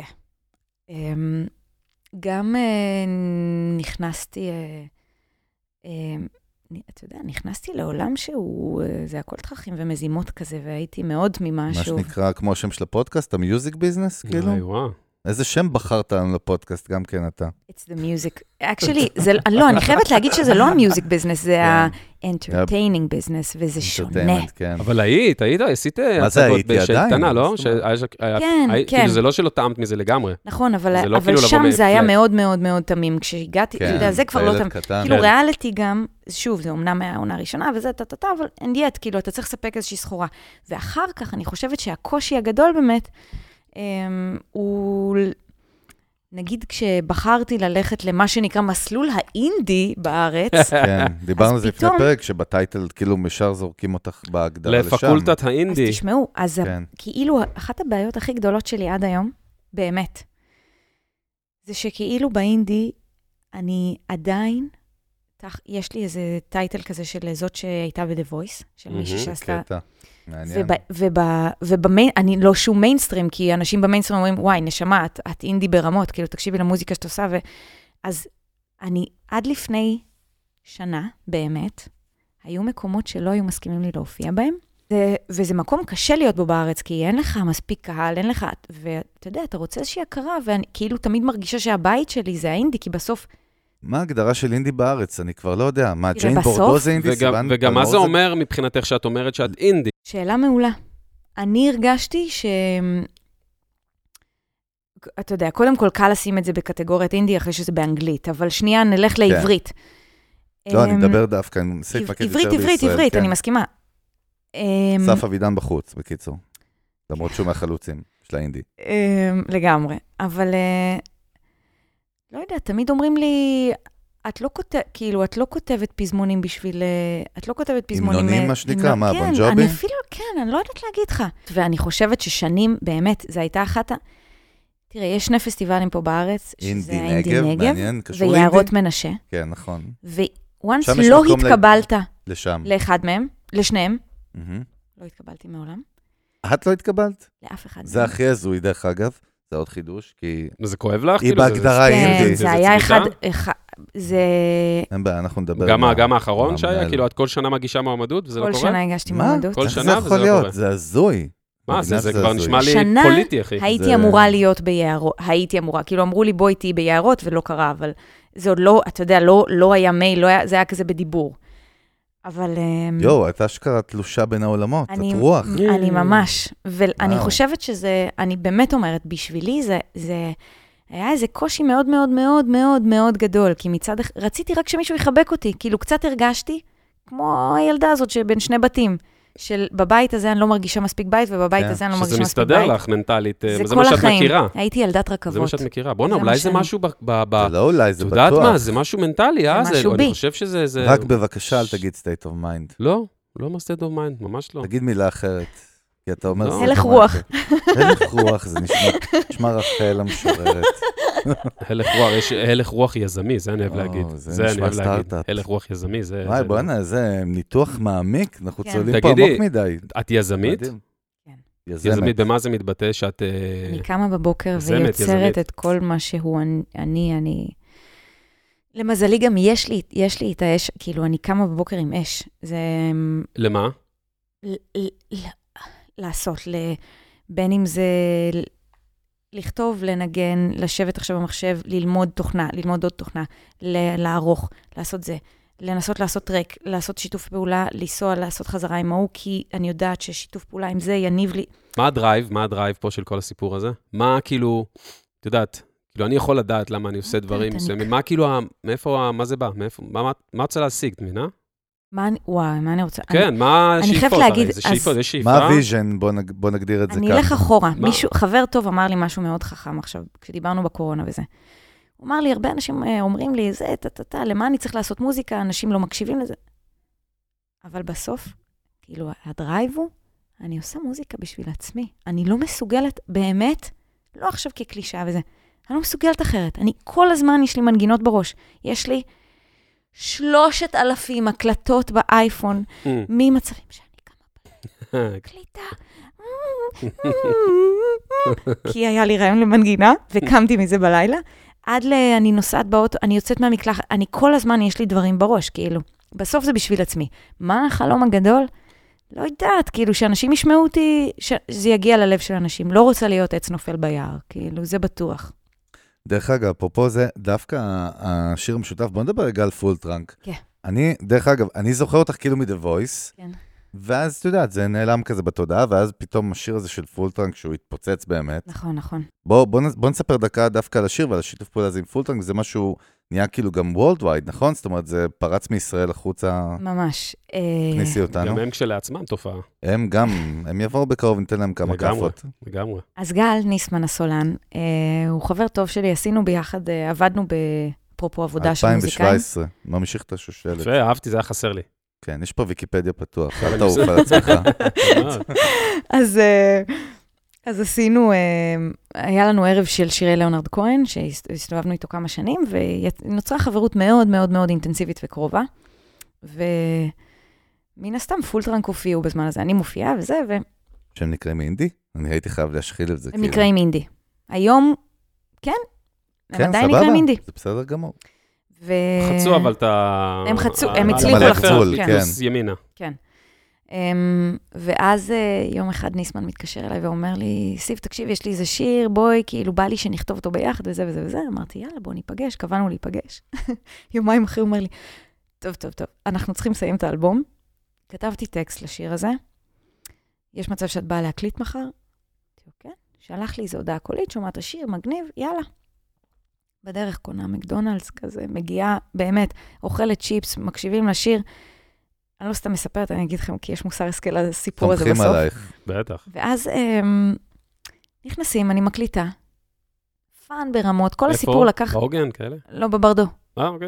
גם נכנסתי... אתה יודע, נכנסתי לעולם שהוא... זה הכל תככים ומזימות כזה, והייתי מאוד ממשהו... מה שנקרא, כמו השם של הפודקאסט, המיוזיק ביזנס, כאילו? וואו. איזה שם בחרת לנו לפודקאסט, גם כן אתה? It's the music. Actually, לא, אני חייבת להגיד שזה לא ה-music business, זה ה-entertaining business, וזה שונה. אבל היית, עשית הצגות בשל קטנה, לא? כן, כן. זה לא שלא טעמת מזה לגמרי. נכון, אבל שם זה היה מאוד מאוד מאוד תמים. כשהגעתי, זה כבר לא תמים. כאילו ריאליטי גם, שוב, זה אומנם מהעונה הראשונה, וזה טטטה, אבל and yet, כאילו, אתה צריך לספק איזושהי סחורה. ואחר כך, אני חושבת שהקושי הגדול באמת, הוא, נגיד כשבחרתי ללכת למה שנקרא מסלול האינדי בארץ, כן, דיברנו על זה לפני פרק, שבטייטל כאילו משאר זורקים אותך בהגדרה לשם. לפקולטת האינדי. אז תשמעו, אז כאילו אחת הבעיות הכי גדולות שלי עד היום, באמת, זה שכאילו באינדי, אני עדיין, יש לי איזה טייטל כזה של זאת שהייתה ב-The Voice, של מישהי שעשתה... אני לא שום מיינסטרים, כי אנשים במיינסטרים אומרים, וואי, נשמה, את אינדי ברמות, כאילו, תקשיבי למוזיקה שאת עושה, אז אני, עד לפני שנה, באמת, היו מקומות שלא היו מסכימים לי להופיע בהם, וזה מקום קשה להיות בו בארץ, כי אין לך מספיק קהל, אין לך, ואתה יודע, אתה רוצה איזושהי הכרה, ואני כאילו תמיד מרגישה שהבית שלי זה האינדי, כי בסוף... מה ההגדרה של אינדי בארץ? אני כבר לא יודע. מה, ג'יין בורדו זה אינדי? וגם מה זה אומר מבחינתך שאת אומרת שאת אינדי? שאלה מעולה. אני הרגשתי אתה יודע, קודם כל קל לשים את זה בקטגוריית אינדי, אחרי שזה באנגלית, אבל שנייה נלך לעברית. לא, אני מדבר דווקא, אני מנסה להתמקד יותר בישראל. עברית, אני מסכימה. סף אבידן בחוץ, בקיצור. למרות שהוא מהחלוצים של האינדי. לגמרי. אבל... לא יודע, תמיד אומרים לי, את לא כותבת פזמונים בשביל, את לא כותבת פזמונים... המנונים, מה שנקרא, מה, בון ג'ובי? אני אפילו, כן, אני לא יודעת להגיד לך. ואני חושבת ששנים, באמת, זה הייתה אחת תראה, יש שני פסטיבלים פה בארץ, שזה אינדי נגב, ויערות מנשה. כן, נכון. וואנס לא התקבלת לאחד מהם, לשניהם, לא התקבלתי מעולם. את לא התקבלת? לאף אחד. זה הכי הזוי, דרך אגב. זה עוד חידוש, כי... זה כואב לך? היא בהגדרה אינדי. כן, זה היה אחד... זה... אין בעיה, אנחנו נדבר... גם האחרון שהיה? כאילו, את כל שנה מגישה מועמדות, וזה לא קורה? כל שנה הגשתי מועמדות. כל שנה, וזה לא קורה. זה הזוי. מה זה כבר נשמע לי פוליטי, אחי. שנה הייתי אמורה להיות ביערות, כאילו אמרו לי בואי תהי ביערות, ולא קרה, אבל זה עוד לא, אתה יודע, לא היה מייל, זה היה כזה בדיבור. אבל... הייתה אשכרה תלושה בין העולמות, את רוח. אני ממש, ואני חושבת שזה, אני באמת אומרת, בשבילי זה היה איזה קושי מאוד מאוד מאוד מאוד מאוד גדול, כי מצד, רציתי רק שמישהו יחבק אותי, כאילו קצת הרגשתי, כמו הילדה הזאת שבין שני בתים, של בבית הזה אני לא מרגישה מספיק בית, ובבית הזה אני לא מרגישה מספיק בית. שזה מסתדר לך מנטלית, זה מה שאת מכירה. הייתי ילדת רכבות. זה מה שאת מכירה. בוא'נה, אולי זה משהו זה לא אולי, זה בטוח. יודעת מה, זה משהו מנטלי, זה משהו בי. אני חושב שזה... רק בבקשה, אל תגיד state of mind. לא מה state of mind, ממש לא. תגיד מילה אחרת, כי אתה אומר... הלך רוח. הלך רוח, זה נשמע רחל המשוררת. הלך רוח יזמי, זה אני אוהב להגיד. זה נשמע סטארט-אפ. הלך רוח יזמי, זה... וואי, בוא'נה, זה ניתוח מעמיק, אנחנו צוללים פה עמוק מדי. את יזמית? כן. יזמית, במה זה מתבטא שאת... אני קמה בבוקר ויוצרת את כל מה שהוא אני... למזלי גם יש לי את האש, כאילו אני קמה בבוקר עם אש. זה... למה? לעשות, בין אם זה לכתוב, לנגן, לשבת עכשיו במחשב, ללמוד תוכנה, ללמוד עוד תוכנה, לערוך, לעשות זה, לנסות לעשות טרק, לעשות שיתוף פעולה, לנסוע, לעשות חזרה עם ההוא, כי אני יודעת ששיתוף פעולה עם זה יניב לי. מה הדרייב פה של כל הסיפור הזה? מה כאילו, את יודעת, כאילו אני יכול לדעת למה אני עושה דברים מסוימים, מה כאילו, מאיפה, מה זה בא? מה רוצה להשיג, תמינה? וואי, מה אני רוצה? כן, מה השאיפות? זה שאיפות, יש שאיפה? מה הוויז'ן? בוא נגדיר את זה ככה. אני אלך אחורה. חבר טוב אמר לי משהו מאוד חכם עכשיו, כשדיברנו בקורונה וזה. הוא אמר לי, הרבה אנשים אומרים לי, זה, למה אני צריך לעשות מוזיקה? אנשים לא מקשיבים לזה. אבל בסוף, כאילו, הדרייב הוא, אני עושה מוזיקה בשביל עצמי. אני לא מסוגלת, באמת, לא עכשיו כקלישה וזה, אני לא מסוגלת אחרת. אני כל הזמן, יש לי מנגינות בראש. יש לי 3,000 הקלטות באייפון, ממצבים שאני קמה קליטה. כי היה לי רעיון למנגינה, וקמתי מזה בלילה. אני נוסעת באוטו, אני יוצאת מהמקלחת, אני כל הזמן יש לי דברים בראש, כאילו. בסוף זה בשביל עצמי. מה החלום הגדול? לא יודעת, כאילו, שאנשים ישמעו אותי, שזה יגיע ללב של אנשים. לא רוצה להיות עץ נופל ביער, כאילו, זה בטוח. דרך אגב, אפרופו זה, דווקא השיר המשותף, בוא נדבר רגע על פול טראנק. כן. דרך אגב, אני זוכר אותך כאילו מ-The Voice, כן. ואז, אתה יודעת, זה נעלם כזה בתודעה, ואז פתאום השיר הזה של פול טראנק, שהוא התפוצץ באמת. נכון, נכון. בוא נספר דקה דווקא על השיר ועל השיתוף פעולה הזה עם פול טראנק, זה משהו נהיה כאילו גם worldwide, נכון? זאת אומרת, זה פרץ מישראל החוצה. ממש. כניסי אותנו. גם הם כשלעצמם תופעה. הם יבואו בקרוב, ניתן להם כמה כפות. לגמרי. אז גל ניסמן הסולן, הוא חבר טוב שלי, עשינו ביחד, עבדנו בפרופו עבודה של מוזיקאים. 2017, ממשיך את השושלת. יפה, אהבתי, זה היה חסר לי. כן, יש פה ויקיפדיה פתוח, אל תעוף על עצמך. אז עשינו, היה לנו ערב של שירי ליאונרד כהן, שהסתובבנו איתו כמה שנים, ונוצרה חברות מאוד מאוד מאוד אינטנסיבית וקרובה, ומן הסתם פול טראנק הופיעו בזמן הזה, אני מופיעה וזה, שהם נקראים אינדי? אני הייתי חייב להשחיל את זה. הם נקראים אינדי. היום, כן, הם כן, עדיין נקראים אינדי. זה בסדר גמור. חצו אבל את ה... הם הצליחו לחצות, כן. ימינה. כן. ואז יום אחד ניסמן מתקשר אליי ואומר לי, סיב, תקשיב, יש לי איזה שיר, בואי, כאילו בא לי שנכתוב אותו ביחד וזה וזה וזה. אמרתי, יאללה, בוא ניפגש, קבענו להיפגש. יומיים אחרי הוא אומר לי, טוב, אנחנו צריכים לסיים את האלבום. כתבתי טקסט לשיר הזה. יש מצב שאת באה להקליט מחר? כן. שלח לי איזו הודעה קולית, שומעת השיר, מגניב, יאללה. בדרך קונה מקדונלדס כזה, מגיעה, באמת, אוכלת צ'יפס, מקשיבים לשיר. אני לא סתם מספרת, אני אגיד לכם, כי יש מוסר השכל לסיפור הזה בסוף. תומכים עלייך. בטח. ואז נכנסים, אני מקליטה. פאן ברמות, כל הסיפור לקח... איפה? בעוגן, כאלה? לא, בברדו. אוקיי.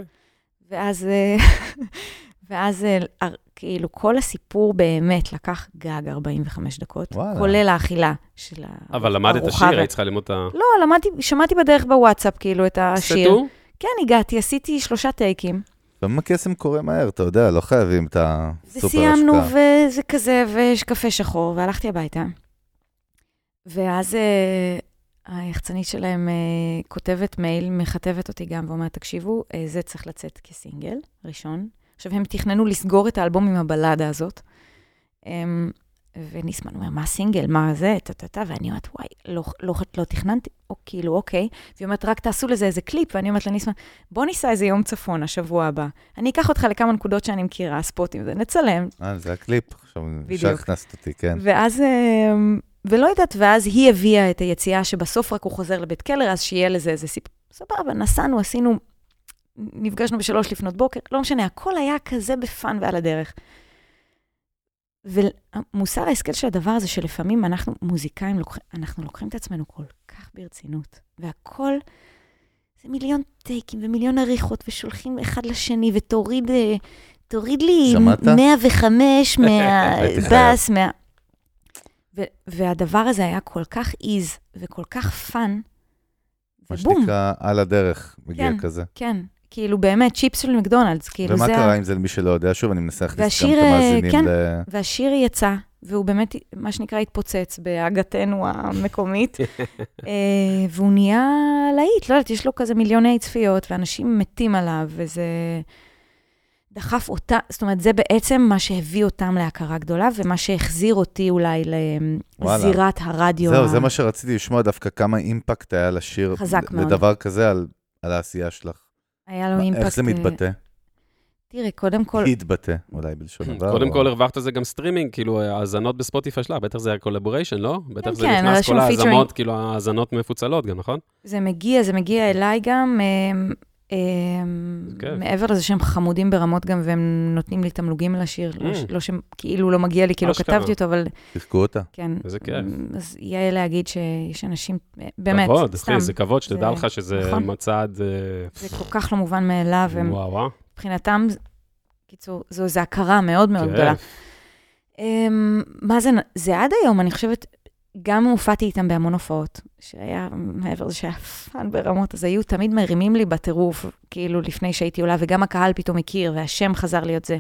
ואז כאילו כל הסיפור באמת לקח גג 45 דקות, וואלה. כולל האכילה של הארוחה. אבל למדת את השיר, היית צריכה ללמוד את ה... לא, שמעתי בדרך בוואטסאפ כאילו את השיר. סטו? כן, הגעתי, עשיתי 3 טייקים. ומה קסם קורה מהר, אתה יודע, לא חייבים את הסופר השקעה. וסיימנו, וזה כזה, ויש קפה שחור, והלכתי הביתה. ואז היחצנית שלהם כותבת מייל, מכתבת אותי גם, ואומרת, תקשיבו, זה צריך לצאת כסינגל, ראשון. עכשיו, הם תכננו לסגור את האלבום עם הבלדה הזאת. וניסמן אומר, מה סינגל? מה זה? ואני אומרת, וואי, לא תכננתי, או כאילו, אוקיי. והיא אומרת, רק תעשו לזה איזה קליפ, ואני אומרת לניסמן, בוא ניסע איזה יום צפון, השבוע הבא. אני אקח אותך לכמה נקודות שאני מכירה, ספוטים, נצלם. זה הקליפ, עכשיו אפשר הכנסת אותי, כן. ואז, ולא יודעת, ואז היא הביאה את היציאה שבסוף רק הוא חוזר לבית קלר, אז שיהיה לזה איזה סיפור. סבבה, נסענו, עשינו, נפגשנו ב3 לפנות בוקר, לא משנה, הכל היה כזה בפן ועל הדרך. ומוסר ההשכל של הדבר הזה, שלפעמים אנחנו מוזיקאים, אנחנו לוקחים את עצמנו כל כך ברצינות, והכל זה מיליון טייקים ומיליון עריכות, ושולחים אחד לשני, ותוריד לי 105 מהבאס, והדבר הזה היה כל כך איז, וכל כך פן, ובום. מה שנקרא על הדרך, מגיע כזה. כן. כאילו באמת, צ'יפס של מקדונלדס. ומה קרה עם זה למי שלא יודע? שוב, אני מנסה להכניס גם את המאזינים כן, והשיר יצא, והוא באמת, מה שנקרא, התפוצץ בהגתנו המקומית, והוא נהיה להיט, לא יודעת, יש לו כזה מיליוני צפיות, ואנשים מתים עליו, וזה דחף אותה, זאת אומרת, זה בעצם מה שהביא אותם להכרה גדולה, ומה שהחזיר אותי אולי לזירת הרדיו. זהו, זה מה שרציתי לשמוע דווקא, כמה אימפקט היה לשיר, חזק מאוד. לדבר כזה על העשייה שלך. היה לו אימפקט... איך זה מתבטא? תראי, קודם כל... התבטא, אולי בלשון דבר. קודם כל הרווחת זה גם סטרימינג, כאילו האזנות בספוטיפיי שלה, בטח זה היה קולבוריישן, לא? בטח זה נכנס כל האזנות, כאילו האזנות מפוצלות גם, נכון? זה מגיע אליי גם, מעבר לזה שהם חמודים ברמות גם, והם נותנים לי תמלוגים לשיר, לא שכאילו לא מגיע לי, כי לא כתבתי אותו, אבל... תחקו אותה. כן. איזה כיף. אז יהיה להגיד שיש אנשים, באמת, כבוד, אחי, זה כבוד שתדע לך שזה מצד... זה כל כך לא מובן מאליו, וואו. מבחינתם, קיצור, זו הכרה מאוד מאוד גדולה. מה זה? זה עד היום, אני חושבת, גם הופעתי איתם בהמון הופעות, שהיה מעבר לזה שהיה פן ברמות, אז היו תמיד מרימים לי בטירוף, כאילו לפני שהייתי עולה, וגם הקהל פתאום הכיר, והשם חזר להיות זה.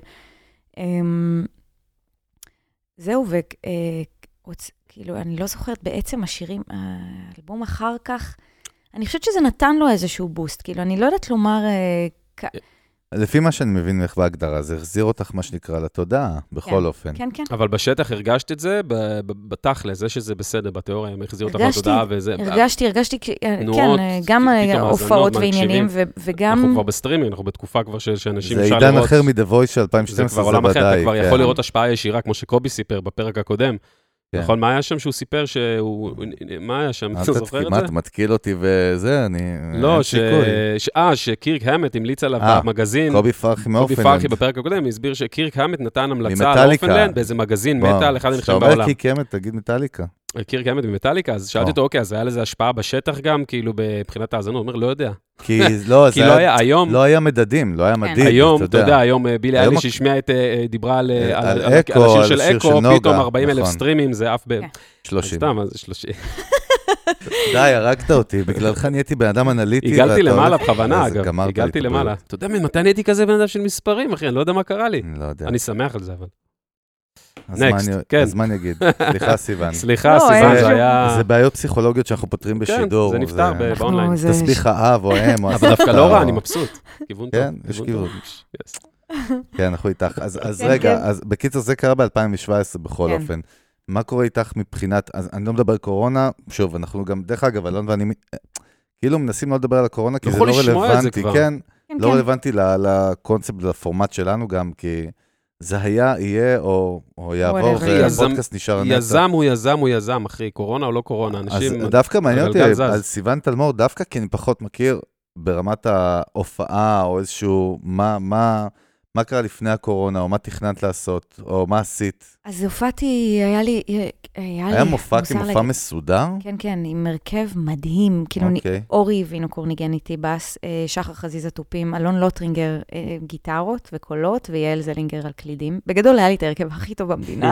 זהו, וכאילו, אני לא זוכרת בעצם השירים, האלבום אחר כך, אני חושבת שזה נתן לו איזשהו בוסט, כאילו, אני לא יודעת לומר... לפי מה שאני מבין ממך בהגדרה, זה החזיר אותך מה שנקרא לתודעה, בכל אופן. כן, כן. אבל בשטח הרגשת את זה, בתכל'ס, זה שזה בסדר, בתיאוריה, הם החזירו אותך לתודעה וזה... הרגשתי, כן, גם הופעות ועניינים, וגם... אנחנו כבר בסטרימינג, אנחנו בתקופה כבר שאנשים... זה עידן אחר מ-The Voice של 2012, זה כבר עולם אחר, אתה כבר יכול לראות השפעה ישירה, כמו שקובי סיפר בפרק הקודם. נכון, מה היה שם שהוא סיפר שהוא... מה היה שם? אתה זוכר את זה? כמעט מתקיל אותי וזה, אני... לא, שקירק המט המליץ עליו במגזין. קובי פרחי מאופנלנד. קובי פרחי בפרק הקודם, הסביר שקירק המט נתן המלצה על אופנלנד באיזה מגזין מטאל, אחד הנחשבים בעולם. אתה אומר קירק המט, תגיד מטאליקה. קירק המט ממטאליקה, אז שאלתי אותו, אוקיי, אז היה לזה השפעה בשטח גם, כאילו מבחינת האזנות, הוא אומר, לא יודע. כי לא היה מדדים, לא היה מדיד. היום, אתה יודע, היום בילי אליש השמיע דיברה על השיר של אקו, פתאום 40,000 סטרימים, זה אף ב... 30. סתם, אז 30. די, הרגת אותי, בגללך נהייתי בן אדם אנליטי. הגלתי למעלה בכוונה, אגב. הגלתי למעלה. אתה יודע, מתי נהייתי כזה בן אדם של מספרים, אחי? אני לא יודע מה קרה לי. אני שמח על זה, אבל. הזמן יגיד. סליחה, סיוון. סליחה, סיוון, זה היה... זה בעיות פסיכולוגיות שאנחנו פותרים בשידור. כן, זה נפתר באונליין. תסביך האב או אם. אבל דווקא לא רע, אני מבסוט. כיוון טוב. כן, יש כיוון. כן, אנחנו איתך. אז רגע, בקיצור, זה קרה ב-2017 בכל אופן. מה קורה איתך מבחינת, אז אני לא מדבר קורונה, שוב, אנחנו גם, דרך אגב, אלון ואני, כאילו מנסים לא לדבר על הקורונה, כי זה לא רלוונטי, כן, לא רלוונטי לקונספט, לפורמט שלנו גם, כי זה היה, יהיה, או יעבור, והפודקאסט נשאר הנצח. יזם הוא יזם, אחי, קורונה או לא קורונה, אנשים... אז דווקא מעניין אותי, על סיוון תלמור, דווקא כי אני פחות מכיר, ברמת ההופעה, או איזשהו, מה קרה לפני הקורונה, או מה תכננת לעשות, או מה עשית? אז הופעתי, היה מופע כמופע מסודר? כן, כן, עם מרכב מדהים, כאילו אורי וינוקור ניגן איתי בס, שחר חזיזה טופים, אלון לוטרינגר גיטרות וקולות, ויעל זלינגר על קלידים. בגדול היה לי את הרכב הכי טוב במדינה.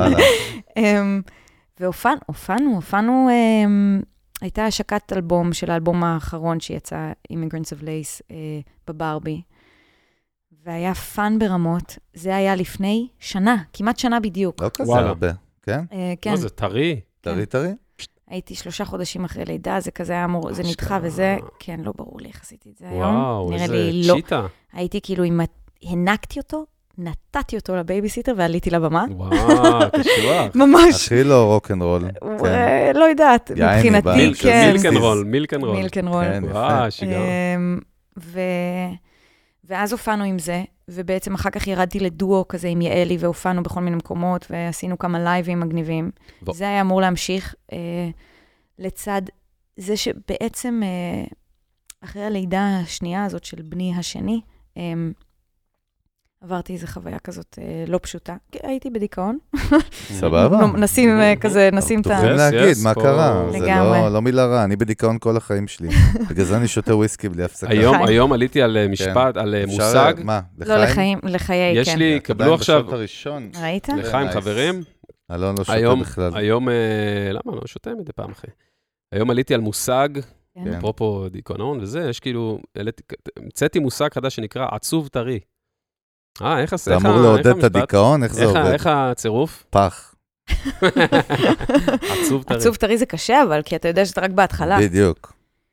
והופענו, הייתה השקת אלבום של האלבום האחרון שיצא, Immigrants of Lace, בברבי. והיה פן ברמות, זה היה לפני שנה, כמעט שנה בדיוק. לא כזה הרבה, כן? כן. מה זה, טרי? טרי? הייתי 3 חודשים אחרי לידה, זה כזה היה אמור, זה נדחה וזה, כן, לא ברור לי איך עשיתי את זה היום. וואו, איזה צ'יטה. הייתי כאילו, הנקתי אותו, נתתי אותו לבייביסיטר ועליתי לבמה. וואו, קשוח. ממש. הכי לא רוק'נ'רול. לא יודעת, מבחינתי, כן. מילק'נ'רול. וואו, שיגר. ואז הופענו עם זה, ובעצם אחר כך ירדתי לדואו כזה עם יעלי, והופענו בכל מיני מקומות, ועשינו כמה לייבים מגניבים. זה היה אמור להמשיך לצד זה שבעצם אחרי הלידה השנייה הזאת של בני השני, עברתי איזו חוויה כזאת לא פשוטה. הייתי בדיכאון. סבבה. נשים כזה, נשים את ה... תוכלים להגיד, מה קרה? זה לא מילה רע, אני בדיכאון כל החיים שלי. בגלל זה אני שותה וויסקי בלי הפסקה. היום עליתי על משפט, על מושג. מה, לחיים? לא, לחיי, כן. יש לי, קבלו עכשיו... ראית? לחיים, חברים. אלון לא שותה בכלל. היום, למה? לא שותה מדי פעם אחרי. היום עליתי על מושג, אפרופו דיכאון וזה, יש כאילו, המצאתי מושג חדש שנקרא עצוב טרי. איך אתה אמור לעודד את הדיכאון? איך זה עובד? איך הצירוף? פח. עצוב טרי. עצוב טרי זה קשה, אבל כי אתה יודע שאתה רק בהתחלה. בדיוק.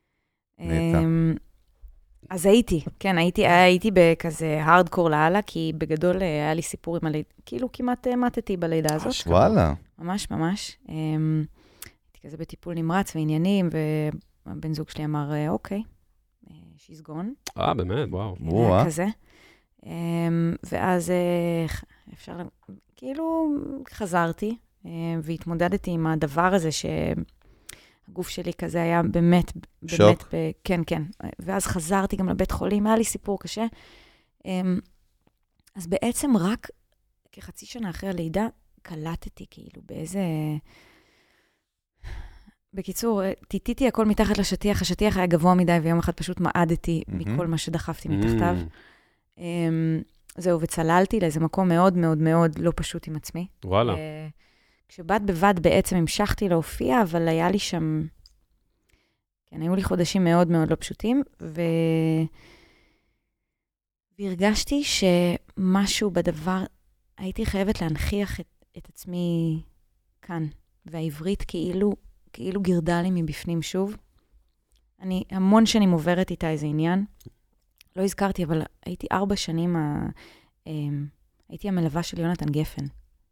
אז הייתי בכזה הארדקור להלאה, כי בגדול היה לי סיפור עם הלידה, כאילו כמעט מתתי בלידה הזאת. וואלה. ממש, ממש. הייתי כזה בטיפול נמרץ ועניינים, והבן זוג שלי אמר, אוקיי, she's gone. באמת, וואו. היה כזה. ואז אפשר, כאילו חזרתי והתמודדתי עם הדבר הזה שהגוף שלי כזה היה באמת, שוק. כן, כן. ואז חזרתי גם לבית חולים, היה לי סיפור קשה. אז בעצם רק כחצי שנה אחרי הלידה קלטתי כאילו באיזה... בקיצור, טיטיתי הכל מתחת לשטיח, השטיח היה גבוה מדי ויום אחד פשוט מעדתי מכל מה שדחפתי מתחתיו. זהו, וצללתי לאיזה מקום מאוד מאוד מאוד לא פשוט עם עצמי. וואלה. כשבת בבת בעצם המשכתי להופיע, אבל היה לי שם, כן, היו לי חודשים מאוד מאוד לא פשוטים, והרגשתי שמשהו בדבר, הייתי חייבת להנכיח את עצמי כאן, והעברית כאילו גירדה לי מבפנים שוב. אני המון שנים עוברת איתה איזה עניין, לא הזכרתי, אבל הייתי 4 שנים, הייתי המלווה של יונתן גפן.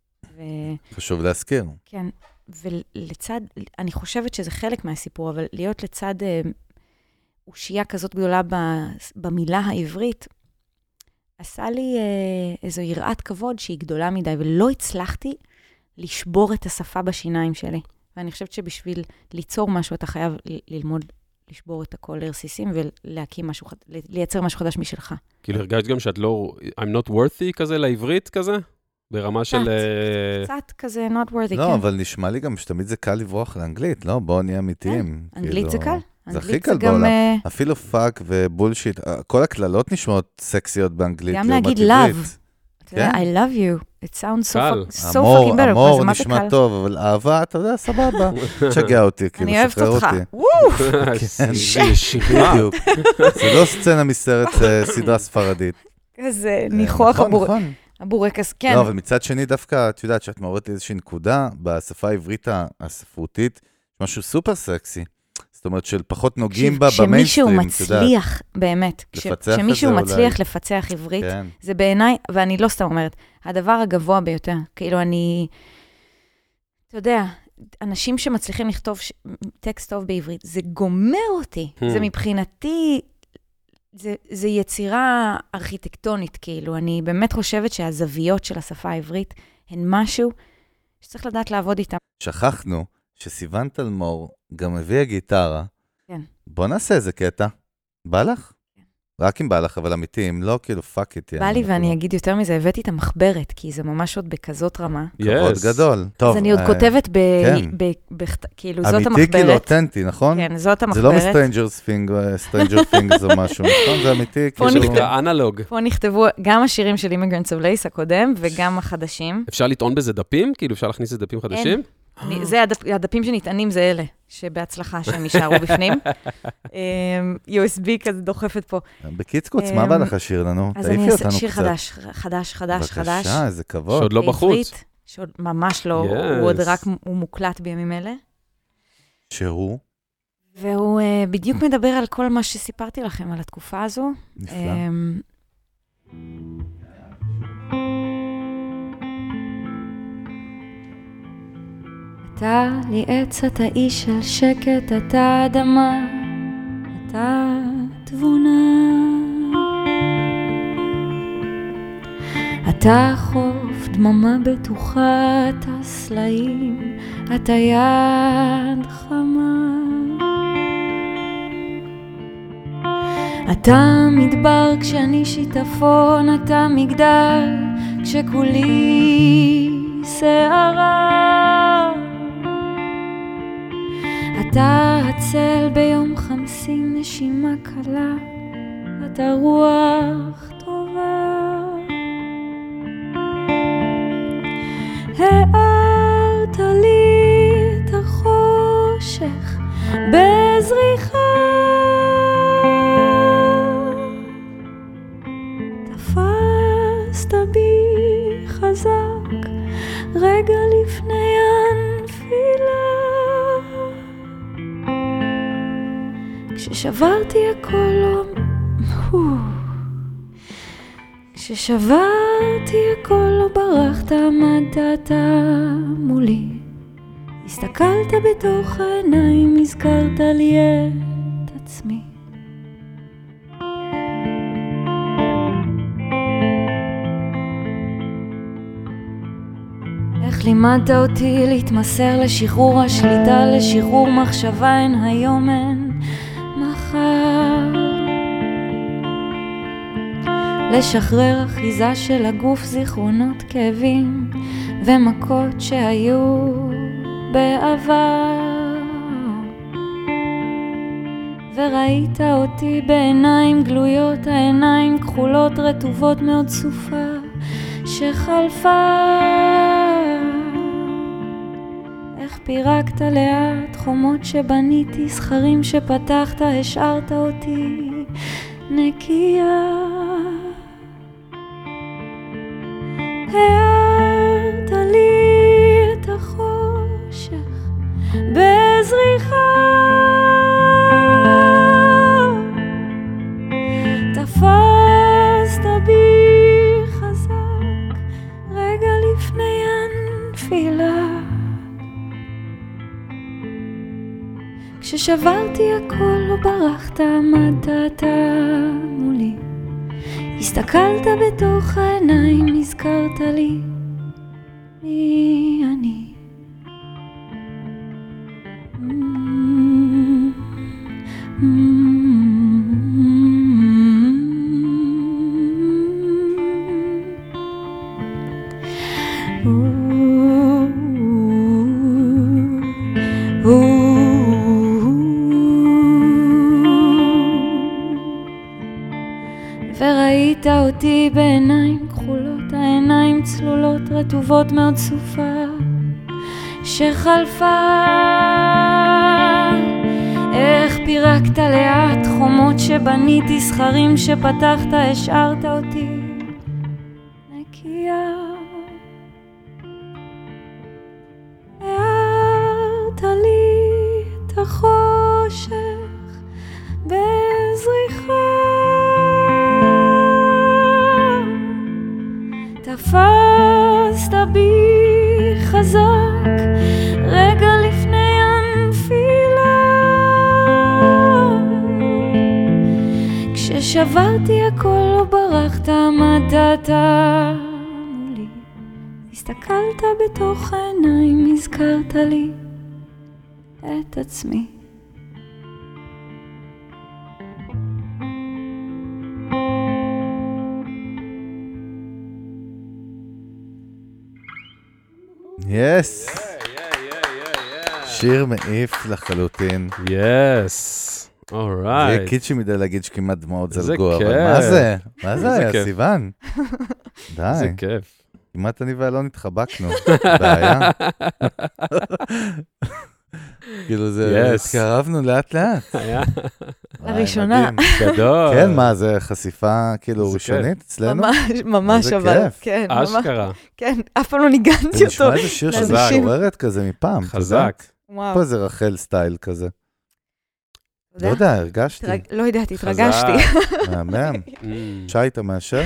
חשוב להזכיר. כן, ולצד, אני חושבת שזה חלק מהסיפור, אבל להיות לצד אושייה כזאת גדולה במילה העברית, עשה לי איזו יראת כבוד שהיא גדולה מדי, ולא הצלחתי לשבור את השפה בשיניים שלי. ואני חושבת שבשביל ליצור משהו, אתה חייב ללמוד לשבור את הכל לרסיסים, ולהקים משהו, לייצר משהו חדש משלך. כאילו הרגשת גם שאת לא, I'm not worthy כזה לעברית כזה? ברמה של... קצת כזה, not worthy, לא, אבל נשמע לי גם שתמיד זה קל לברוח לאנגלית, לא? בואו נהיה אמיתיים. אנגלית זה קל. זה הכי קל בעולם. אפילו פאק ובולשיט, כל הכללות נשמעות סקסיות באנגלית. גם להגיד love. I love you. It sounds so fucking better. אמור נשמע טוב, אבל אהבה, אתה יודע, סבבה. תשגע אותי, כאילו, שחרר אותי. אני אוהבת אותך. זה שירה. זה לא סצנה מסרט סדרה ספרדית. כזה ניחוח הבורקס, כן. לא, אבל מצד שני דווקא, את יודעת שאת מעוררת איזושהי נקודה, בשפה העברית הספרותית, משהו סופר סקסי. זאת אומרת, של פחות נוגעים בה במיינסטרים, כשמישהו מצליח, באמת, כשמישהו מצליח לפצח עברית, זה בעיניי, ואני לא סתם אומרת, הדבר הגבוה ביותר, כאילו אתה יודע, אנשים שמצליחים לכתוב טקסט טוב בעברית, זה גומר אותי, זה מבחינתי, זה יצירה ארכיטקטונית, כאילו, אני באמת חושבת שהזוויות של השפה העברית הן משהו שצריך לדעת לעבוד איתם. שכחנו שסיוון תלמור גם הביאה גיטרה. כן. בוא נעשה איזה קטע. בא לך? כן. רק אם בא לך, אבל אמיתי, אם לא, כאילו פאק איתי. בא לי ואני אגיד יותר מזה, הבאתי את המחברת, כי זה ממש עוד בכזאת רמה. כבוד גדול. טוב. אז אני עוד כותבת כאילו, זאת המחברת. אמיתי כאילו אותנטי, נכון? כן, זאת המחברת. זה לא מסטרנג'ר פינגס או משהו, נכון? זה אמיתי. זה אנלוג. פה נכתבו גם השירים של Immigrants of Lace הקודם, וגם החדשים. אפשר לטעון בזה דפים? כאילו, אפשר להכניס את דפים חדשים? זה הדפים שנטענים, זה אלה, שבהצלחה שהם יישארו בפנים. USB כזה דוחפת פה. בקיצקוץ, מה בא לך שיר לנו? אז אני אעשה שיר חדש. בבקשה, איזה כבוד. שעוד לא בחוץ. שעוד ממש לא, הוא עוד רק, הוא מוקלט בימים אלה. שהוא? והוא בדיוק מדבר על כל מה שסיפרתי לכם, על התקופה הזו. נפלא. אתה לי עץ, אתה איש של שקט, אתה אדמה, אתה תבונה. אתה חוף, דממה בטוחה, אתה סלעים, אתה יד חמה. אתה מדבר כשאני שיטפון, אתה מגדל כשכולי שערה. אתה הצל ביום חמסים, נשימה קלה, אתה רוח טובה. הארת לי את החושך בזריחה, תפסת בי חזק רגע לפני הנפילה. כששברתי הכל, כששברתי הכל לא ברחת, עמדת אתה מולי, הסתכלת בתוך העיניים, הזכרת לי את עצמי. איך לימדת אותי להתמסר לשחרור השליטה, לשחרור מחשבה, אין היום אין מחר, לשחרר אחיזה של הגוף, זיכרונות, כאבים ומכות שהיו בעבר, וראית אותי בעיניים גלויות, העיניים כחולות רטובות מאוד סופה שחלפה. איך פירקת לאט חומות שבניתי, סכרים שפתחת, השארת אותי נקייה. הערת לי את החושך בזריחה, תפסת בי חזק רגע לפני הנפילה. כששברתי הכל לא ברחת, עמדת אתה מולי, הסתכלת בתוך העיניים, נזכרת לי מי אני. וראית אותי בעיניים כחולות, העיניים צלולות רטובות מאוד סופה שחלפה. איך פירקת לאט חומות שבניתי, סכרים שפתחת, השארת אותי נקייה. הערת לי את החושך בזריחה, תפסת בי חזק רגע לפני הנפילה. כששברתי הכל לא ברחת, עמדת מולי, הסתכלת בתוך העיניים, הזכרת לי את עצמי. יס. שיר מעיף לחלוטין. יס. אורייט. זה קיצ'י מדי להגיד שכמעט דמעות זלגו, אבל מה זה? מה זה היה, סיוון? די. זה כיף. כמעט אני ואלון התחבקנו. בעיה. כאילו זה, התקרבנו לאט לאט. היה. לראשונה. גדול. כן, מה, זה חשיפה כאילו ראשונית אצלנו? ממש אבל. כן, אשכרה. כן, אף פעם לא ניגנתי אותו. זה נשמע איזה שיר של משוררת כזה מפעם. חזק. פה זה רחל סטייל כזה. לא יודע, הרגשתי. לא יודעת, התרגשתי. מהמם. שי, אתה מאשר?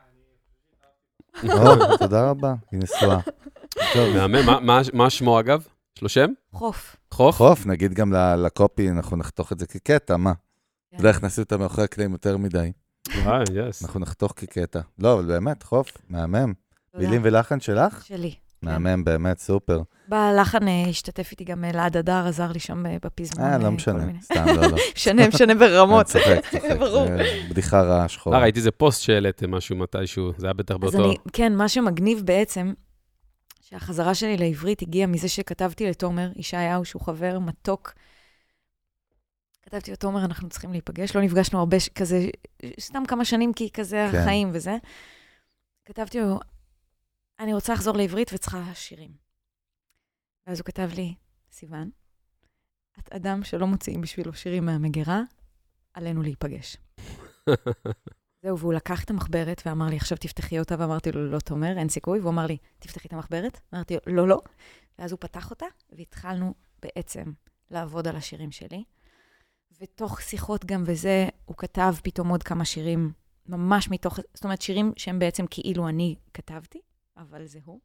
תודה רבה, היא נשואה. מהמם, מה שמו אגב? יש לו שם? חוף. חוף, נגיד גם לקופי, אנחנו נחתוך את זה כקטע, מה? אתה יודע, הכנסים אותה מאחורי הקלעים יותר מדי. אנחנו נחתוך כקטע. לא, אבל באמת, חוף, מהמם. מילים ולחן שלך? שלי. מהמם, באמת, סופר. בלחן השתתף איתי גם אלעד אדר, עזר לי שם בפזמון. לא משנה, סתם, לא. משנה ברמות. צוחק. ברור. בדיחה רעה שחורה. ראיתי איזה פוסט שהעליתם משהו מתישהו, זה היה בטח באותו. כן, מה שמגניב בעצם, שהחזרה שלי לעברית הגיעה מזה שכתבתי לתומר, ישעיהו, שהוא חבר מתוק. כתבתי לתומר, אנחנו צריכים להיפגש, לא נפגשנו הרבה כזה, סתם כמה שנים, כי כזה החיים וזה. כתבתי לו, אני רוצה לחזור לעברית וצריכה שירים. ואז הוא כתב לי, סיוון, את אדם שלא מוציאים בשבילו שירים מהמגירה, עלינו להיפגש. זהו, והוא לקח את המחברת ואמר לי, עכשיו תפתחי אותה, ואמרתי לו, לא תומר, אין סיכוי, והוא אמר לי, תפתחי את המחברת? אמרתי לו, לא. ואז הוא פתח אותה, והתחלנו בעצם לעבוד על השירים שלי. ותוך שיחות גם וזה, הוא כתב פתאום עוד כמה שירים, ממש מתוך, זאת אומרת, שירים שהם בעצם כאילו אני כתבתי, אבל זה הוא.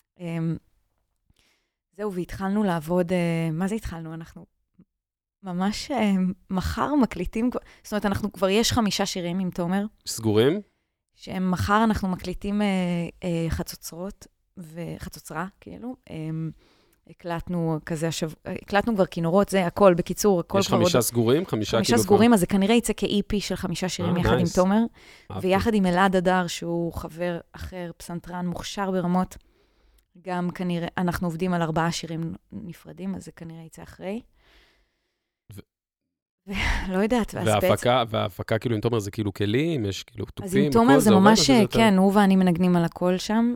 זהו, והתחלנו לעבוד, מה זה התחלנו? אנחנו ממש מחר מקליטים, זאת אומרת, אנחנו כבר יש 5 שירים עם תומר. סגורים? שהם מחר אנחנו מקליטים חצוצרות וחצוצרה, כאילו. הקלטנו כזה, הקלטנו כבר כינורות, זה הכל, בקיצור, הכל יש 5 סגורים? 5 סגורים, אז זה כנראה יצא כאיפי של 5 שירים יחד עם תומר, ויחד עם אלעד אדר, שהוא חבר אחר, פסנתרן, מוכשר ברמות, גם כנראה, אנחנו עובדים על 4 שירים נפרדים, אז זה כנראה יצא אחרי. לא יודעת, ואז בעצם... וההפקה, כאילו, עם תומר זה כאילו כלים, יש כאילו תופים, אז עם תומר זה ממש, כן, הוא ואני מנגנים על הכל שם.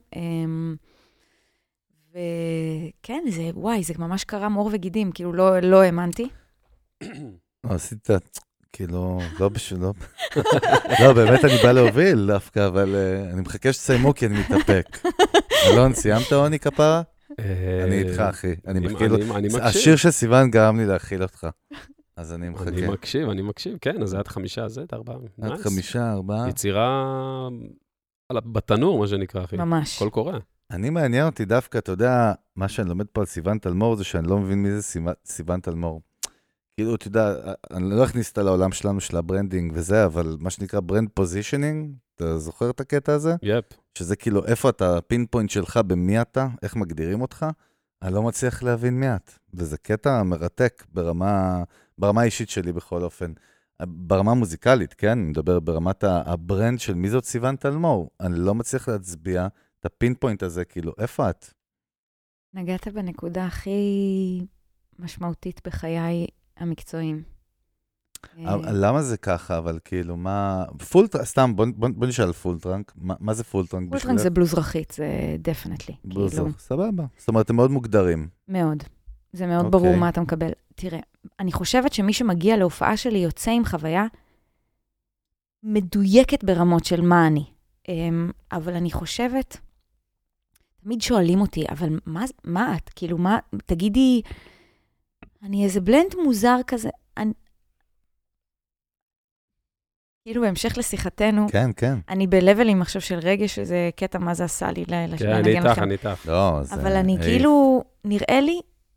וכן, זה, וואי, זה ממש קרם עור וגידים, כאילו, לא האמנתי. עשית, כאילו, לא בשביל, לא, באמת אני בא להוביל דווקא, אבל אני מחכה שתסיימו כי אני מתאפק. אלון, סיימת עוני כפרה? אני איתך, אחי. אני מחכה, השיר של סיוון גרם לי להכיל אותך. אז אני מחכה. אני מקשיב, כן, אז זה עד 5, זה עד 4. עד 5, 4. יצירה בתנור, מה שנקרא, אחי. ממש. כל קורא. אני מעניין אותי דווקא, אתה יודע, מה שאני לומד פה על סיוון תלמור, זה שאני לא מבין מי זה סיוון תלמור. כאילו, אתה יודע, אני לא אכניס אותה לעולם שלנו, של הברנדינג וזה, אבל מה שנקרא ברנד פוזישנינג, אתה זוכר את הקטע הזה? יפ. שזה כאילו, איפה אתה, הפינפוינט שלך, במי אתה, איך מגדירים אותך? אני לא מצליח להבין מי את. וזה קטע מרתק ברמה האישית שלי בכל אופן. ברמה מוזיקלית, כן? אני מדבר ברמת הברנד של מי זאת סיוון תלמור. אני לא מצליח להצביע את הפינפוינט הזה, כאילו, איפה את? נגעת בנקודה הכי משמעותית בחיי המקצועיים. למה זה ככה? אבל כאילו, מה... סתם, בוא נשאל על פולטרנק. מה זה פולטרנק בשבילך? פולטרנק זה בלוז רחית, זה definitely. בלוז רחית, סבבה. זאת אומרת, הם מאוד מוגדרים. מאוד. זה מאוד ברור מה אתה מקבל. תראה, אני חושבת שמי שמגיע להופעה שלי יוצא עם חוויה מדויקת ברמות של מה אני. אבל אני חושבת, תמיד שואלים אותי, אבל מה את? כאילו, מה, תגידי, אני איזה בלנד מוזר כזה. כאילו, בהמשך לשיחתנו, כן, כן. אני בלבלים עכשיו של רגש, שזה קטע מה זה עשה לי לנגן לכם. כן, אני איתך. אבל אני כאילו, נראה לי,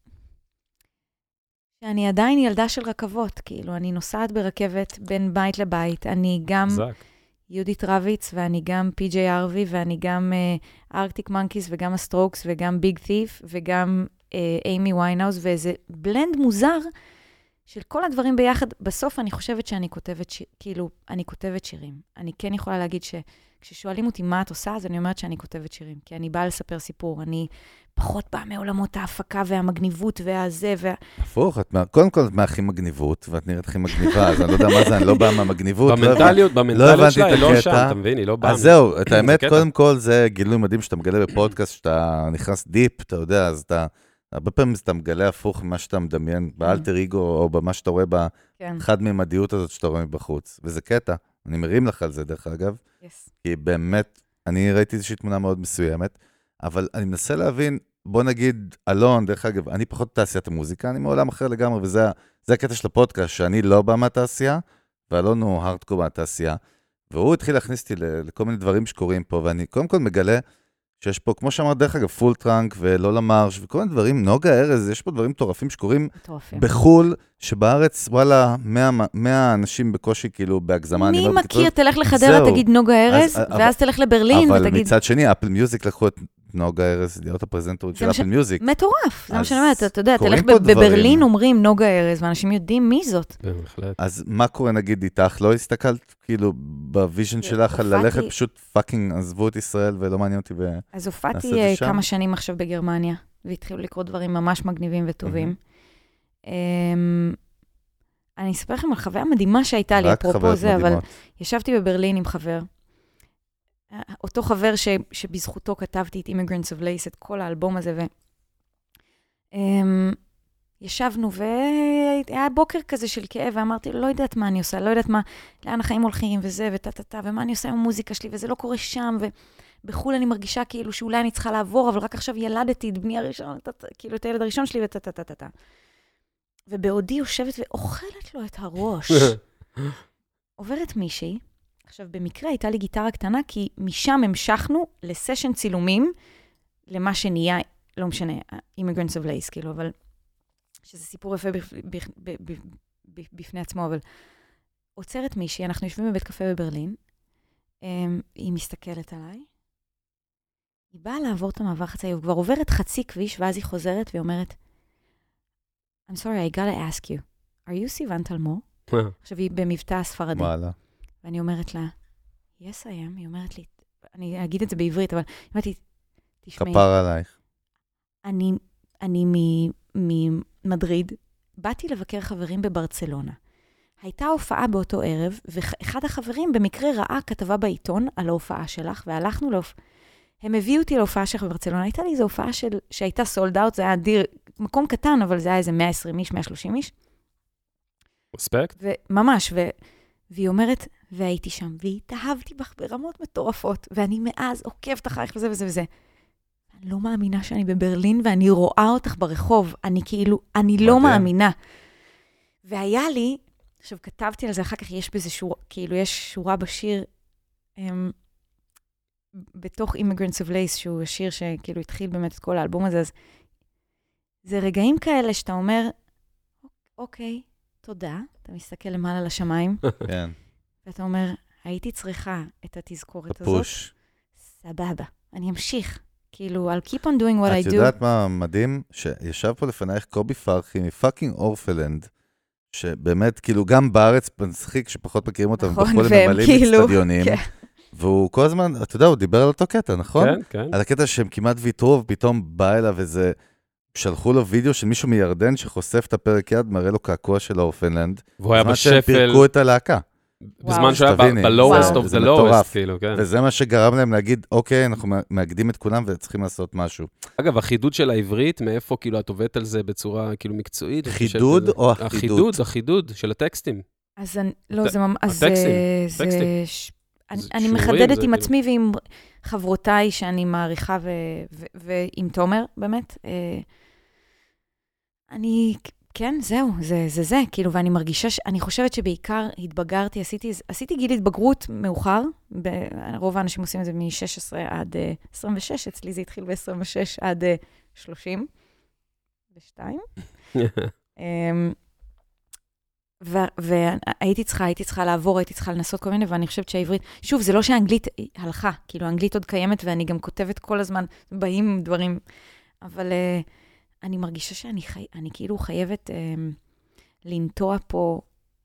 שאני עדיין ילדה של רכבות, כאילו, אני נוסעת ברכבת בין בית לבית, אני גם יהודית רביץ, ואני גם פי.ג'יי ארווי, ואני גם ארקטיק מנקיס, וגם הסטרוקס, וגם ביג תיף, וגם אימי ויינהאוז, ואיזה בלנד מוזר של כל הדברים ביחד. בסוף אני חושבת שאני כותבת, כאילו, אני כותבת שירים. אני כן יכולה להגיד שכששואלים אותי מה את עושה, אז אני אומרת שאני כותבת שירים, כי אני באה לספר סיפור, אני פחות באה מעולמות ההפקה והמגניבות והזה הפוך, קודם כל את מהכי מגניבות, ואת נראית הכי מגניבה, אז אני לא יודע מה זה, אני לא באה מהמגניבות. במנטליות שלה, היא לא שם, אתה מבין, היא לא באה. אז זהו, את האמת, קודם כל זה גילוי מדהים שאתה מגלה בפודקאסט, שאתה נכנס דיפ, אתה יודע, אז אתה, הרבה פעמים אתה מגלה הפוך ממה שאתה מדמיין, באלטר איגו, או במה שאתה רואה בחד ממדיות הזאת שאתה רואה מבחוץ, וזה קטע, אני מרים לך על זה דרך אגב, כי באמת, אני ראיתי איזושהי תמונה מאוד מסוימת, אבל אני מנסה להבין, בוא נגיד, אלון, דרך אגב, אני פחות תעשיית המוזיקה, אני מעולם אחר לגמרי, וזה הקטע של הפודקאסט, שאני לא בא מהתעשייה, ואלון הוא הארדקור מהתעשייה, והוא התחיל להכניס אותי לכל מיני דברים שקורים פה, ואני קודם כל מגלה שיש פה, כמו שאמרת, דרך אגב, פולטרנק ולא למרש, וכל מיני דברים, נוגה ארז, יש פה דברים מטורפים שקורים בחול, שבארץ, וואלה, 100 אנשים בקושי, כאילו, בהגזמה. מי מכיר, תלך לחדרה, תגיד נוגה ארז, ואז תלך לברלין ותגיד... אבל מצד שני, אפל מיוזיק לקחו את נוגה ארז, להיות הפרזנטורית של אפל מיוזיק. מטורף, זה מה שאני אומרת, אתה יודע, תלך בברלין, אומרים נוגה ארז, ואנשים יודעים מי זאת. אז מה קורה, נגיד, איתך? לא הסתכלת, כאילו, בוויז'ן שלך, ללכת פשוט פאקינג עזבו את ישראל, ולא מעניין אותי אז הופעתי כמה שנים עכשיו בגרמניה, והתחילו לקרות דברים ממש מגניבים וטובים. אני אספר לכם על חוויה מדהימה שהייתה לי, אפרופו זה, אבל ישבתי בברלין עם חבר, אותו חבר שבזכותו כתבתי את Immigrants of Lace, את כל האלבום הזה, ישבנו, והיה בוקר כזה של כאב, ואמרתי, לא יודעת מה אני עושה, לא יודעת מה, לאן החיים הולכים, וזה, וטטטה, ומה אני עושה עם המוזיקה שלי, וזה לא קורה שם, ובחול אני מרגישה כאילו שאולי אני צריכה לעבור, אבל רק עכשיו ילדתי את בני הראשון, כאילו את הילד הראשון שלי, וטטטטטה. ובעודי יושבת ואוכלת לו את הראש. עוברת מישהי, עכשיו במקרה הייתה לי גיטרה קטנה, כי משם המשכנו לסשן צילומים, למה שנהיה, לא משנה, Immigrants of Lace, כאילו, אבל... שזה סיפור יפה בפני עצמו, אבל עוצרת מישהי, אנחנו יושבים בבית קפה בברלין, היא מסתכלת עליי, היא באה לעבור את המעבר חצי, היא כבר עוברת חצי כביש, ואז היא חוזרת והיא אומרת, I'm sorry, I gotta ask you, are you סיוון תלמור? עכשיו היא במבטא הספרדי. ואני אומרת לה, yes I am, היא אומרת לי, אני אגיד את זה בעברית, אבל היא אומרת לי, תשמעי. כפר עלייך. אני ממדריד, באתי לבקר חברים בברצלונה. הייתה הופעה באותו ערב, ואחד החברים במקרה ראה כתבה בעיתון על ההופעה שלך, והלכנו הם הביאו אותי להופעה שלך בברצלונה, הייתה לי איזו הופעה שהייתה סולד אאוט, זה היה מקום קטן, אבל זה היה איזה 120 איש, 130 איש. רספקט. ממש, והיא אומרת, והייתי שם, והתאהבתי בך ברמות מטורפות, ואני מאז עוקבת אחריך וזה וזה וזה. אני לא מאמינה שאני בברלין, ואני רואה אותך ברחוב, אני לא מאמינה. והיה לי, עכשיו כתבתי על זה, אחר כך יש בזה יש שורה בשיר, בתוך Immigrants of Lace, שהוא השיר שכאילו התחיל באמת את כל האלבום הזה, אז זה רגעים כאלה שאתה אומר, אוקיי, תודה, אתה מסתכל למעלה לשמיים, כן. ואתה אומר, הייתי צריכה את התזכורת הזאת. הפוש. סבבה, אני אמשיך. כאילו, I'll keep on doing what I do. את יודעת מה מדהים? שישב פה לפנייך קובי פרחי מפאקינג אורפלנד, שבאמת, כאילו, גם בארץ מצחיק, שפחות מכירים אותם, נכון, בכל הם ממלאים אצטדיונים. והוא כל הזמן, אתה יודע, הוא דיבר על אותו קטע, נכון? כן, כן. על הקטע שהם כמעט ויתרו, ופתאום בא אליו איזה, שלחו לו וידאו של מישהו מירדן, שחושף את הפרק יד, מראה לו קעקוע של האורפלנד. והוא היה בשפל. בזמן שהם פירקו את הלהקה. בזמן שהוא היה ב-lowest of the lowest, כאילו, כן. וזה מה שגרם להם להגיד, אוקיי, אנחנו מאגדים את כולם וצריכים לעשות משהו. אגב, החידוד של העברית, מאיפה כאילו את עובדת על זה בצורה כאילו מקצועית? חידוד או החידוד? החידוד של הטקסטים. אז לא, זה ממש... הטקסטים. אני מחדדת עם עצמי ועם חברותיי שאני מעריכה, ועם תומר, באמת. כן, זהו, זה, כאילו, ואני מרגישה, אני חושבת שבעיקר התבגרתי, עשיתי גיל התבגרות מאוחר, רוב האנשים עושים את זה מ-16 עד 26, אצלי זה התחיל ב-26 עד 32. והייתי צריכה לעבור, הייתי צריכה לנסות כל מיני, ואני חושבת שהעברית, שוב, זה לא שהאנגלית הלכה, כאילו, האנגלית עוד קיימת, ואני גם כותבת כל הזמן, באים דברים, אבל אני מרגישה שאני כאילו חייבת לנטוע פה,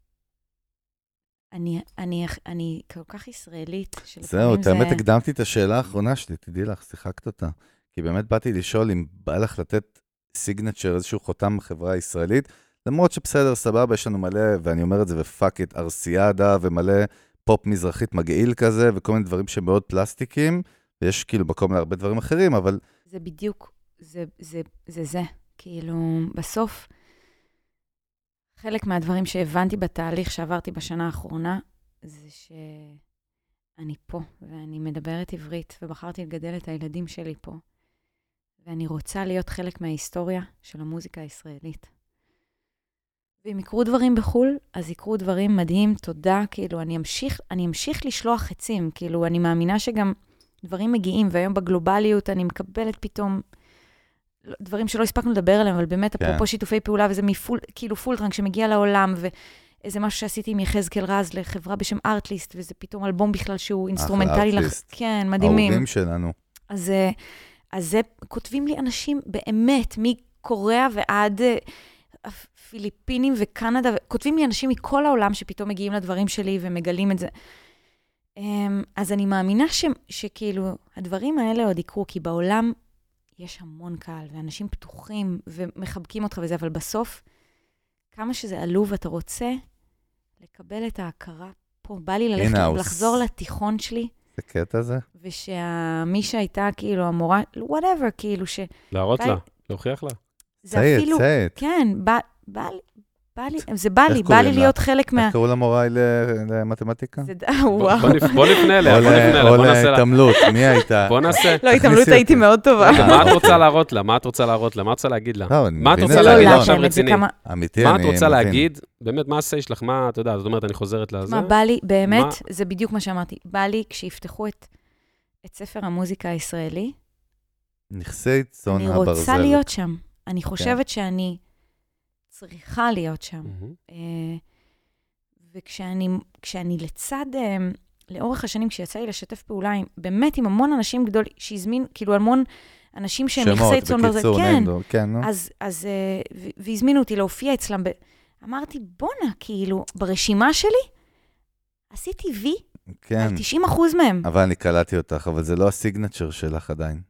אני כל כך ישראלית. זהו, האמת הקדמתי את השאלה האחרונה שלי, תדעי לך, שיחקת אותה, כי באמת באתי לשאול אם בא לך לתת סיגנצ'ר, איזשהו חותם בחברה הישראלית, למרות שבסדר, סבבה, יש לנו מלא, ואני אומר את זה, ופאק את ארסיאדה, ומלא פופ מזרחית מגעיל כזה, וכל מיני דברים שמאוד פלסטיקים, ויש כאילו מקום להרבה דברים אחרים, אבל... זה בדיוק, זה. כאילו, בסוף, חלק מהדברים שהבנתי בתהליך שעברתי בשנה האחרונה, זה שאני פה, ואני מדברת עברית, ובחרתי לגדל את הילדים שלי פה, ואני רוצה להיות חלק מההיסטוריה של המוזיקה הישראלית. ואם יקרו דברים בחול, אז יקרו דברים מדהים, תודה, כאילו, אני אמשיך לשלוח חצים, כאילו, אני מאמינה שגם דברים מגיעים, והיום בגלובליות אני מקבלת פתאום דברים שלא הספקנו לדבר עליהם, אבל באמת, אפרופו שיתופי פעולה, וזה כאילו פולטרנק שמגיע לעולם, ואיזה משהו שעשיתי עם יחזקאל רז לחברה בשם ארטליסט, וזה פתאום אלבום בכלל שהוא אינסטרומנטלי. כן, מדהימים. האהובים שלנו. אז זה כותבים לי אנשים באמת, מקוריאה ועד פיליפינים וקנדה, כותבים לי אנשים מכל העולם שפתאום מגיעים לדברים שלי ומגלים את זה. אז אני מאמינה שכאילו הדברים האלה עוד יקרו, כי בעולם יש המון קהל, ואנשים פתוחים ומחבקים אותך וזה, אבל בסוף, כמה שזה עלוב ואתה רוצה לקבל את ההכרה פה, בא לי לחזור לתיכון שלי. זה קטע זה? ושמי שהייתה כאילו המורה, whatever, כאילו ש... להראות לה, להוכיח לה. זה אפילו, כן, בא לי להיות חלק מה... איך קראו למורה למתמטיקה? וואו. בוא נפנה אליה, או להתעמלות, מי הייתה? בוא נעשה. לא, התעמלות הייתי מאוד טובה. מה את רוצה להראות לה? מה את רוצה להגיד לה? מה את רוצה לא, להגיד עכשיו רציני? אמיתי, מה את רוצה להגיד? באמת, מה העשה שלך? מה, אתה יודע, זאת אומרת, אני חוזרת לזה. מה, בא לי, באמת, זה בדיוק מה שאמרתי, בא לי כשיפתחו את ספר המוזיקה הישראלי, נכסי צאן הברזל. אני רוצה להיות שם. אני חושבת שאני צריכה להיות שם. וכשאני לצד, לאורך השנים, כשיצא לי לשתף פעולה, באמת עם המון אנשים גדולים, שהזמין, כאילו המון אנשים שהם נכסי צאן ברזל. שמות, בקיצור, כן. אז, והזמינו אותי להופיע אצלם. אמרתי, בונה, כאילו, ברשימה שלי, עשיתי וי, על 90% מהם. אבל אני קלטתי אותך, אבל זה לא הסיגנצ'ר שלך עדיין.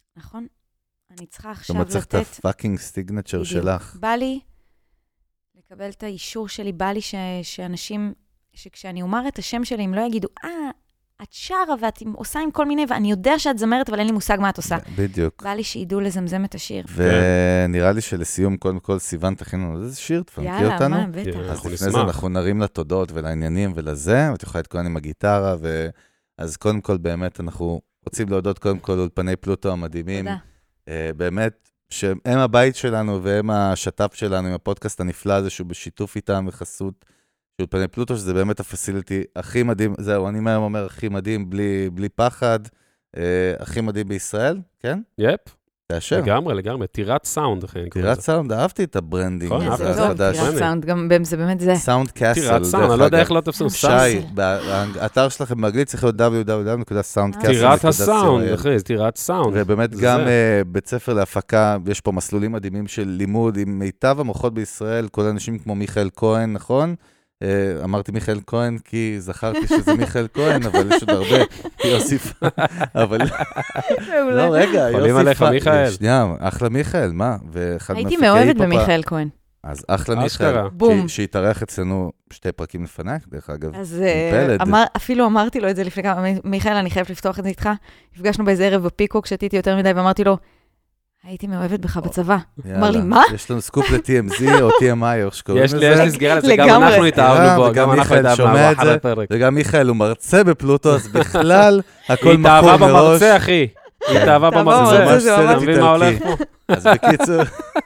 נכון. אני צריכה עכשיו לתת... זאת אומרת, צריך את הפאקינג סיגנצ'ר שלך. בא לי לקבל את האישור שלי, בא לי שאנשים, שכשאני אומר את השם שלי, הם לא יגידו, את שרה ואת עושה עם כל מיני, ואני יודע שאת זמרת, אבל אין לי מושג מה את עושה. בדיוק. בא לי שידעו לזמזם את השיר. ונראה לי שלסיום, קודם כל, סיוון תכינו לנו איזה שיר, תפנקי אותנו. יאללה, מה, בטח. אז לפני זה אנחנו נרים לתודות ולעניינים ולזה, ואת יכולה להתכונן עם הגיטרה, אז קודם כל, באמת, אנחנו רוצים להודות קודם כל אולפני פלוטו המדהימים. תודה. באמת, שהם הבית שלנו, והם השתף שלנו עם הפודקאסט הנפלא הזה, שהוא בשיתוף איתם וחסות של אולפני פלוטו, שזה באמת הפסיליטי הכי מדהים, זהו, אני אומר הכי מדהים, בלי פחד, הכי מדהים בישראל, כן? יפ. תאשר. לגמרי, טירת סאונד, אחי. טירת סאונד, אהבתי את הברנדינג הזה החדש. טירת סאונד, גם זה באמת זה. סאונד קאסל. טירת סאונד, אני לא יודע איך לא תפסו. שי, האתר שלכם באנגלית צריך להיות www.soundcastle.co.il. טירת הסאונד, אחי, זה טירת סאונד. ובאמת גם בית ספר להפקה, יש פה מסלולים מדהימים של לימוד עם מיטב המוחות בישראל, כל אנשים כמו מיכאל כהן, נכון? אמרתי מיכאל כהן כי זכרתי שזה מיכאל כהן, אבל יש עוד הרבה, יוסיף, אבל... לא, רגע, יוסיף... חולים עליך, מיכאל. שנייה, אחלה מיכאל, מה? הייתי מאוהבת במיכאל כהן. אז אחלה מיכאל, שהתארח אצלנו 2 פרקים לפניי, דרך אגב, אז אפילו אמרתי לו את זה לפני כמה, מיכאל, אני חייב לפתוח את זה איתך. נפגשנו באיזה ערב בפיקוק, שתיתי יותר מדי, ואמרתי לו, הייתי מאוהבת בך בצבא. אמר לי, מה? יש לנו סקופ ל-TMZ או TMI, איך שקוראים לזה. יש לי סגירה לזה, גם אנחנו התאהבנו בו, גם אנחנו התאהבנו אחרי הפרק. וגם מיכאל הוא מרצה בפלוטו, אז בכלל, הכל מכור מראש. היא התאהבה במרצה, אחי. היא התאהבה במרצה. זה מבין מה הולך פה? אז בקיצור,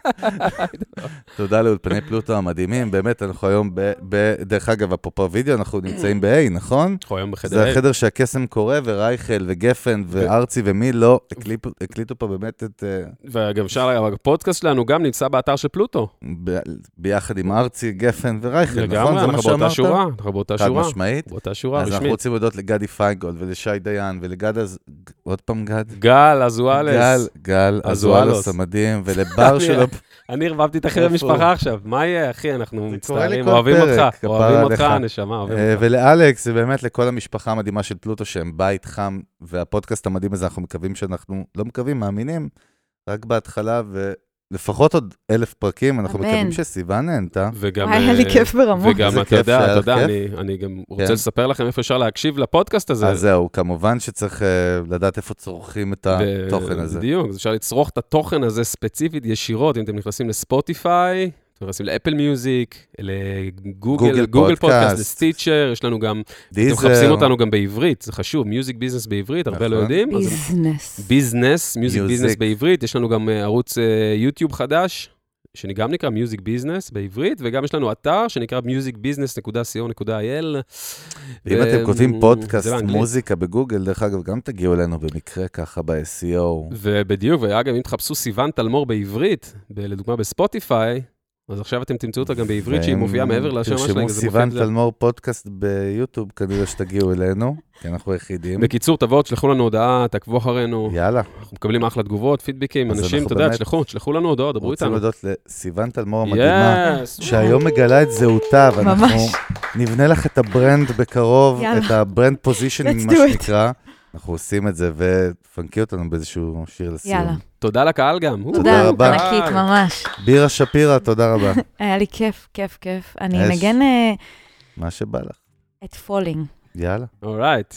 תודה לאולפני פלוטו המדהימים, באמת אנחנו היום, דרך אגב, אפרופו וידאו, אנחנו נמצאים ב-A, נכון? אנחנו היום בחדר A. זה החדר שהקסם קורה, ורייכל וגפן וארצי ומי לא, הקליטו פה באמת את... וגם הפודקאסט שלנו גם נמצא באתר של פלוטו. ביחד עם ארצי, גפן ורייכל, נכון? לגמרי, אנחנו באותה שורה. אנחנו באותה שורה. חד משמעית. באותה שורה, אז אנחנו רוצים להודות לגדי פייגולד ולשי דיין ולגד עוד פעם גד? גל אזואלס. גל אזואלס המדהים, ולבר שלו... אני הרבבתי את אחרי המשפחה עכשיו. מה יהיה, אחי? אנחנו מצטערים, אוהבים אותך. אוהבים אותך, נשמה, אוהבים אותך. ולאלכס, זה באמת לכל המשפחה המדהימה של פלוטו, שהם בית חם, והפודקאסט המדהים הזה, אנחנו מקווים שאנחנו, לא מקווים, מאמינים, רק בהתחלה, ולפחות עוד 1,000 פרקים, אנחנו מקווים שסיוון נהנתה. היה לי כיף ברמות. וגם, אתה יודע, אני גם רוצה לספר לכם איפה אפשר להקשיב לפודקאסט הזה. אז זהו, כמובן שצריך לדעת איפה צורכים את התוכן הזה. בדיוק, אפשר לצרוך את התוכן הזה ספציפית ישירות, אם אתם נכנסים לספוטיפיי, אתם נכנסים לאפל מיוזיק, לגוגל פודקאסט, לסטיצ'ר, יש לנו גם, אתם מחפשים אותנו גם בעברית, זה חשוב, מיוזיק ביזנס בעברית, הרבה לא יודעים. ביזנס, מיוזיק ביזנס בעברית, יש לנו גם ערוץ יוטיוב חדש, שגם נקרא מיוזיק ביזנס בעברית, וגם יש לנו אתר שנקרא musicbusiness.co.il. ואם אתם כותבים פודקאסט, מוזיקה בגוגל, דרך אגב, גם תגיעו אלינו במקרה ככה ב-SEO. ובדיוק, ואגב, אם תחפשו סיוון תלמור בעברית, לדוגמה בספוטיפיי, אז עכשיו אתם תמצאו אותה גם בעברית, שהיא מופיעה מעבר לשם שלהם. תרשמו סיוון תלמור פודקאסט ביוטיוב, כנראה שתגיעו אלינו, כי אנחנו היחידים. בקיצור, תבואו, תשלחו לנו הודעה, תעקבו אחרינו. יאללה. אנחנו מקבלים אחלה תגובות, פידבקים, אנשים, אתה יודע, תשלחו לנו הודעות, דברו איתנו. רוצים להודות לסיוון תלמור המדהימה, שהיום מגלה את זהותה, ואנחנו נבנה לך את הברנד בקרוב, את הברנד פוזישנינג, מה שנקרא. אנחנו עושים את זה, ופנקי אותנו באיזשהו שיר לסיום. יאללה. תודה לקהל גם. תודה רבה. ענקית, ממש. בירה שפירה, תודה רבה. היה לי כיף, כיף, כיף. אני נגן... מה שבא לך. את פולינג. יאללה. Alright.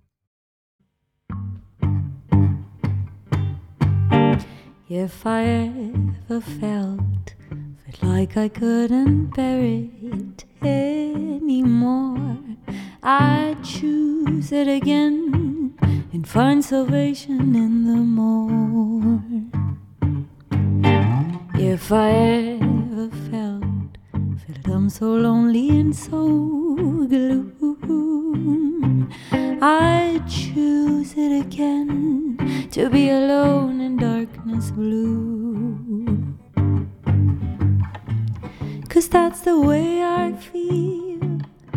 If I ever felt like I couldn't bear it anymore, I'd choose it again and find salvation in the more. If I ever felt I'm so lonely and so gloom, I'd choose it again to be alone in darkness blue. 'Cause that's the way I feel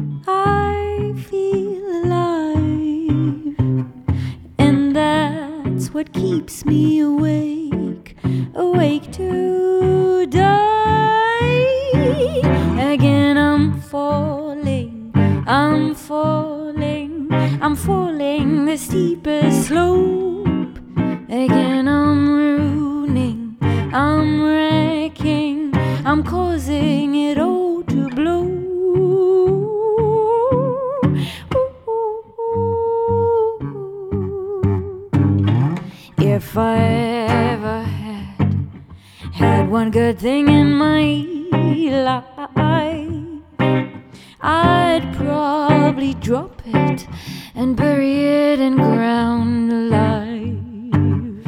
alive, and that's what keeps me awake to die. Again I'm falling the steepest slope. Again I'm ruining, I'm wrecking, I'm causing it all to good thing in my life, I'd probably drop it and bury it in ground alive.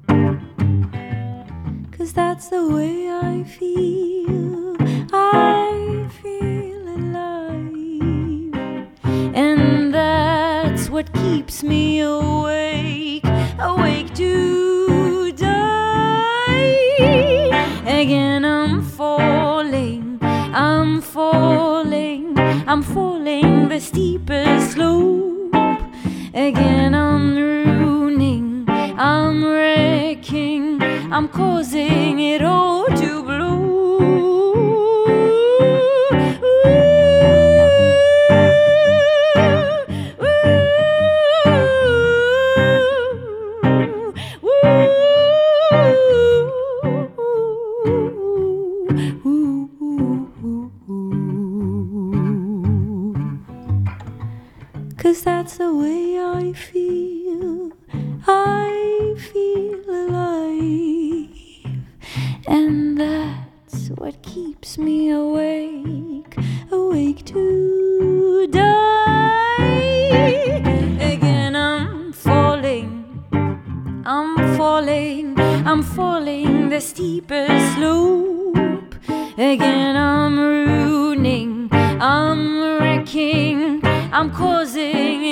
'Cause that's the way I feel. I feel alive, and that's what keeps me awake, awake to die. Again I'm falling, I'm falling, I'm falling the steepest slope. Again I'm ruining, I'm wrecking, I'm causing it all to blow. Cause that's the way I feel. I feel alive, and that's what keeps me awake, awake to die. Again I'm falling, I'm falling, I'm falling the steepest slope. Again I'm ruining, I'm wrecking, I'm causing